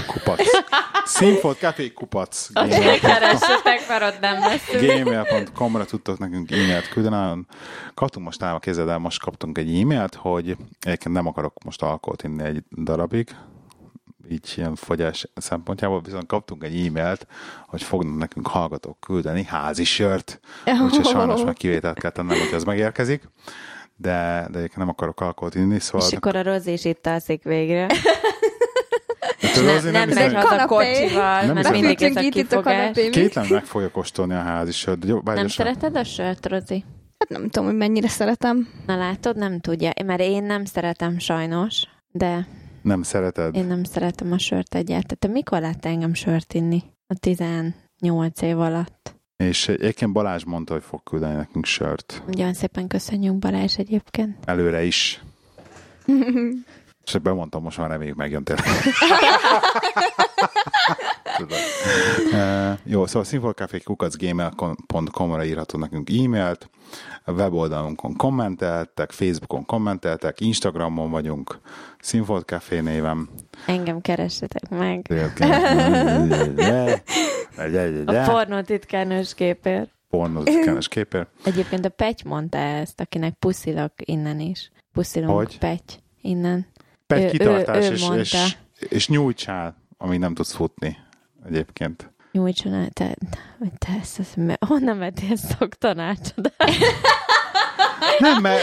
Színfoltcafé@gmail.com Azért keressetek, mert ott nem lesz. gmail.com-ra tudtok nekünk e-mailt küldeni. Kaptunk most állva kézzel, de most kaptunk egy e-mailt, hogy egyébként nem akarok most alkoholt inni egy darabig, így ilyen fogyás szempontjából, viszont kaptunk egy e-mailt, hogy fognak nekünk hallgatók küldeni házi sört, úgyhogy sajnos meg kivételt kell tennem, hogy az megérkezik, de egyébként nem akarok alkoholt inni, szóval... És akkor a Rozi is itt alszik végre. Nem megy haza kocsival, nem mert hiszem. mindig ez a Itt a kifogás. kanapén. Kétlen meg fogja kóstolni a házi sört. Nem szereted a sört, Rozi? Hát nem tudom, hogy mennyire szeretem. Na látod, nem tudja. Mert én nem szeretem sajnos, de Nem szereted? én nem szeretem a sört egyáltalán. Te mikor láttál engem sört inni? A 18 év alatt. És egyébként Balázs mondta, hogy fog küldeni nekünk sört. Nagyon szépen köszönjük, Balázs, egyébként. Előre is. És bemondtam, most már reméljük megjön tényleg. Jó, szóval színfoltcafé@gmail.com-ra írható nekünk e-mailt, a weboldalunkon kommenteltek, Facebookon kommenteltek, Instagramon vagyunk, Színfolt Café névem. Engem keressetek meg. A pornótitkárnős képért. Pornótitkárnős képért. Egyébként a Petty mondta ezt, akinek puszilok innen is. Puszilunk Hogy? Petty innen. Petty kitartás, ő és nyújtsál, amíg nem tudsz futni egyébként. Nyújtson el, te honnan vettél szok tanácsod? Nem, mert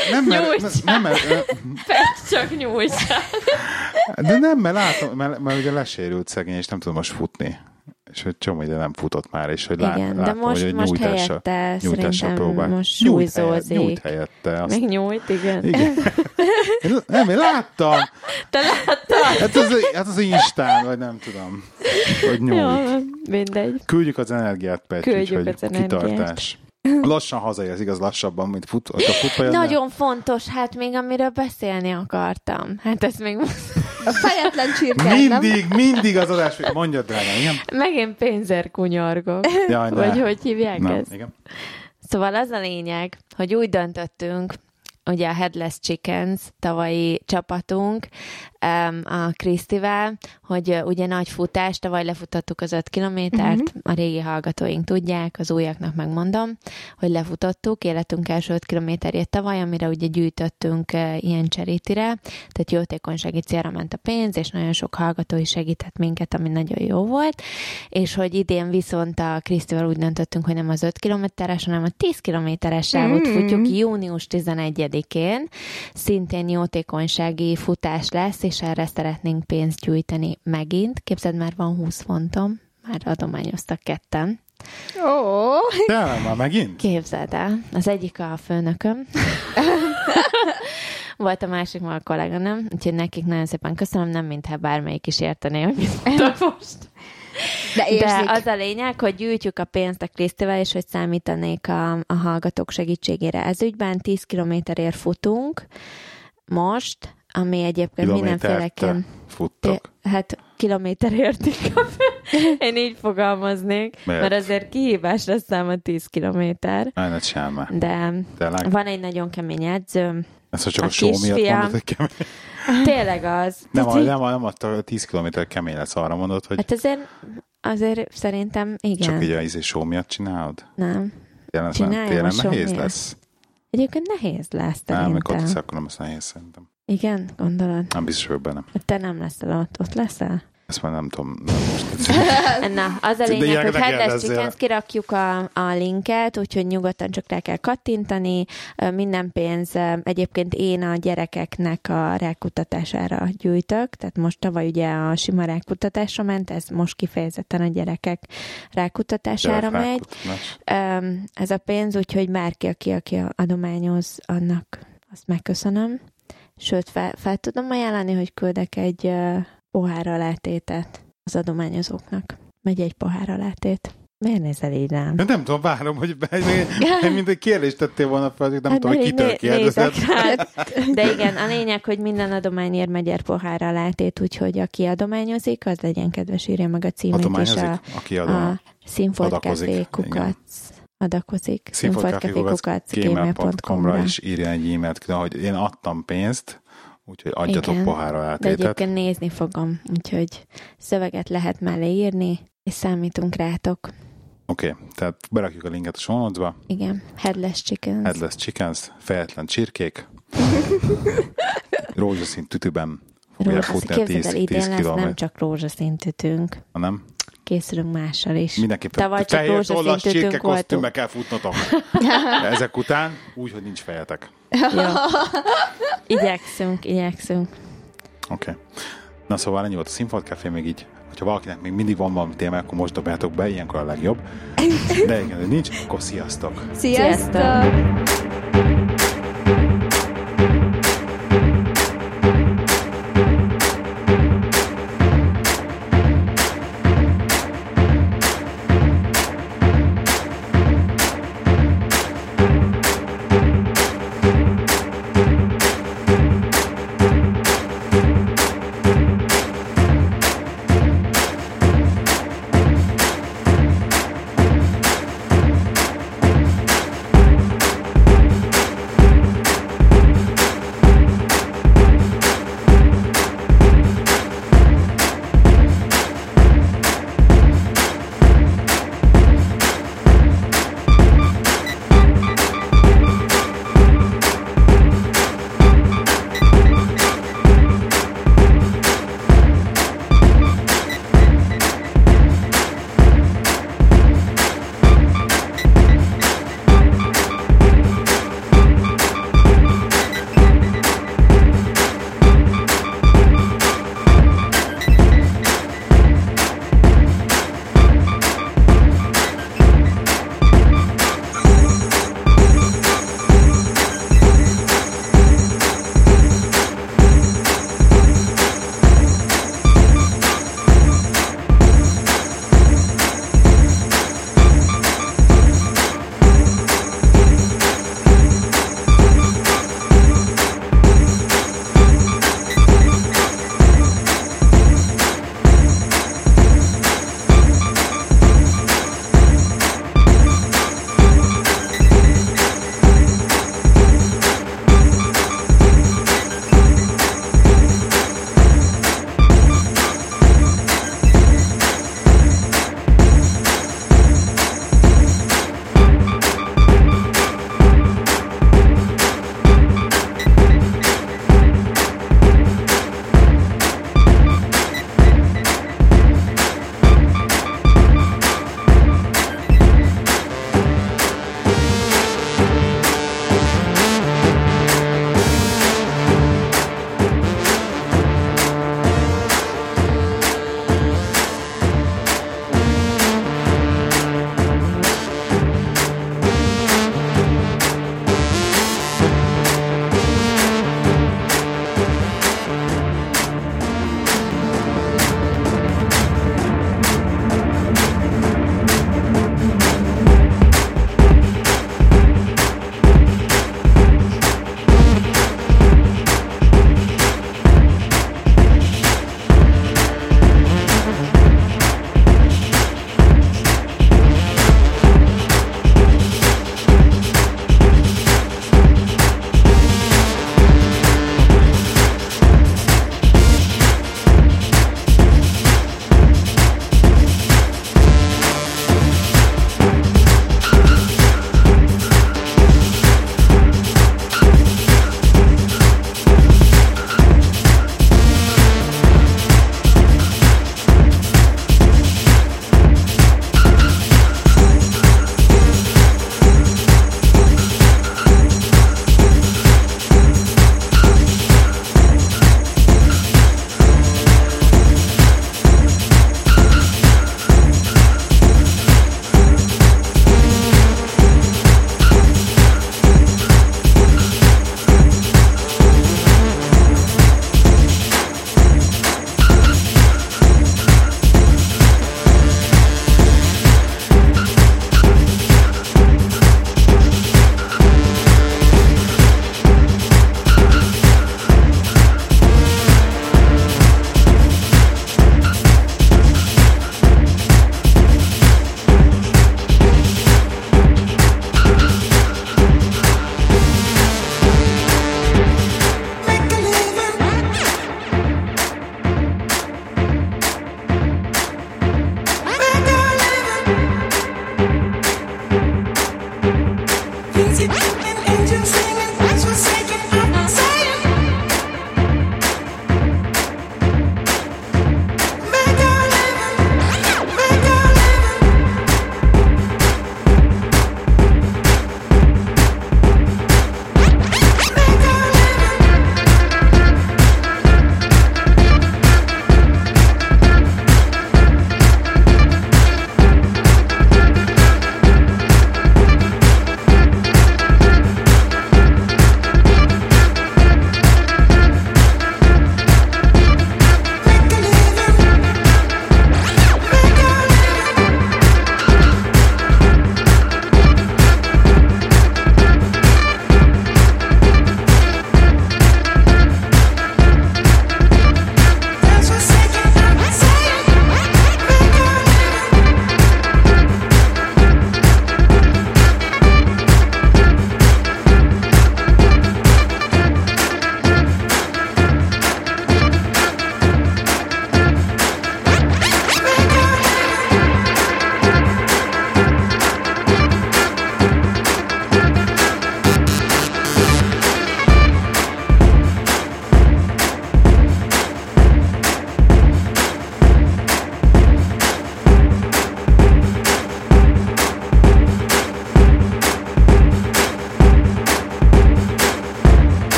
Petty csak nyújtsál. de nem, mert látom, mert ugye lesérült szegény, és nem tudom most futni. És hogy csomó ide nem futott már, és hogy igen, látom, de hogy most helyette szerintem most súlyzózik. Nyújt helyette. Azt... Még nyújt, igen. Én láttam. Te láttad? Hát az Instán, vagy nem tudom, hogy nyújt. Jó, mindegy. Küldjük az energiát, Petty, úgyhogy kitartás. Lassan hazaérsz, igaz, lassabban, mint a futva. Nagyon fontos, hát még amiről beszélni akartam. Hát ez még... A fejetlen csirke, mindig az adás, mondjad drágám, igen? Megint pénzért kunyargok. Jaj, vagy hogy hívják nem, ezt? Igen. Szóval az a lényeg, hogy úgy döntöttünk, ugye a Headless Chickens tavalyi csapatunk a Krisztivel, hogy ugye nagy futás, tavaly lefutottuk az 5 kilométert, a régi hallgatóink tudják, az újaknak megmondom, hogy lefutottuk, életünk első 5 kilométerjét tavaly, amire ugye gyűjtöttünk ilyen cserétire, tehát jótékonysági célra ment a pénz, és nagyon sok hallgató is segített minket, ami nagyon jó volt, és hogy idén viszont a Krisztivel úgy döntöttünk, hogy nem az 5 kilométeres, hanem a 10 kilométeres sávot futjuk június 11-én, szintén jótékonysági futás lesz, és erre szeretnénk pénzt gyűjteni megint. Képzeld, már van 20 fontom, már adományoztak ketten. De már megint? Képzeld el. Az egyik a főnököm. Volt a másik már a kolléganőm, úgyhogy nekik nagyon szépen köszönöm, nem mintha bármelyik is értené, hogy mit mondtam most. De az a lényeg, hogy gyűjtjük a pénzt a Krisztivel, és hogy számítanék a hallgatók segítségére. Ez ügyben 10 kilométerért futunk most, ami egyébként mindenféleképpen... futtok. Hát kilométerért inkább. Én így fogalmaznék, mert azért kihívás lesz szám a 10 kilométer. Ne csinálj. De van egy nagyon kemény edzőm. Ez csak a show miatt mondod, hogy kemény. Tényleg az. Nem a 10 kilométer kemény lesz, arra mondod, hogy... Hát azért szerintem igen. Csak így a show miatt csinálod? Nem. Télen nehéz lesz? Egyébként nehéz lesz, szerintem. Nem, amikor tesz, akkor nem lesz nehéz, szerintem. Igen, gondolod? Nem biztos, hogy benne. Te nem leszel ott leszel? Ezt már nem tudom. Na, az a lényeg, hogy Headless Chickens, kirakjuk a linket, úgyhogy nyugodtan csak rá kell kattintani. Minden pénz, egyébként én a gyerekeknek a rákutatására gyűjtök, tehát most tavaly ugye a sima rákutatásra ment, ez most kifejezetten a gyerekek rákutatására megy. Ez a pénz, úgyhogy bárki, aki adományoz, annak azt megköszönöm. Sőt, fel tudom ajánlani, hogy küldek egy pohár alátétet az adományozóknak. Megy egy pohár alátét. Miért nézel így rám? Nem tudom, várom, hogy mindegy kérdést tettél volna fel, nem tudom, hogy kitől kérdezed. De igen, a lényeg, hogy minden adományért megy egy pohár alátét, úgyhogy aki adományozik, az legyen kedves, írja meg a címét is a Színfoltcafé kukac. Adakozik. Színfoltcafé.gmail.com-ra is írja egy e-mailt, hogy én adtam pénzt, úgyhogy adjatok pohár alátétet. De egyébként nézni fogom, úgyhogy szöveget lehet mellé írni, és számítunk rátok. Oké, tehát berakjuk a linket a show notes-ba. Igen, Headless Chickens. Headless Chickens, fejetlen csirkék. Rózsaszín tütőben fogják futni a 10 kilométer. Nem csak rózsaszín tütünk. Nem? Készülünk mással is. Mindenképpen tavaly csak rózsaszín tütünk kosztümbe kell futnotok. Ezek után úgy, hogy nincs fejetek. Jó. Igyekszünk. Oké. Na szóval ennyi volt a Színfolt Café, még így, hogyha valakinek még mindig van valami téma, akkor most dobjátok be, ilyenkor a legjobb. De igen, nincs, akkor sziasztok! Sziasztok!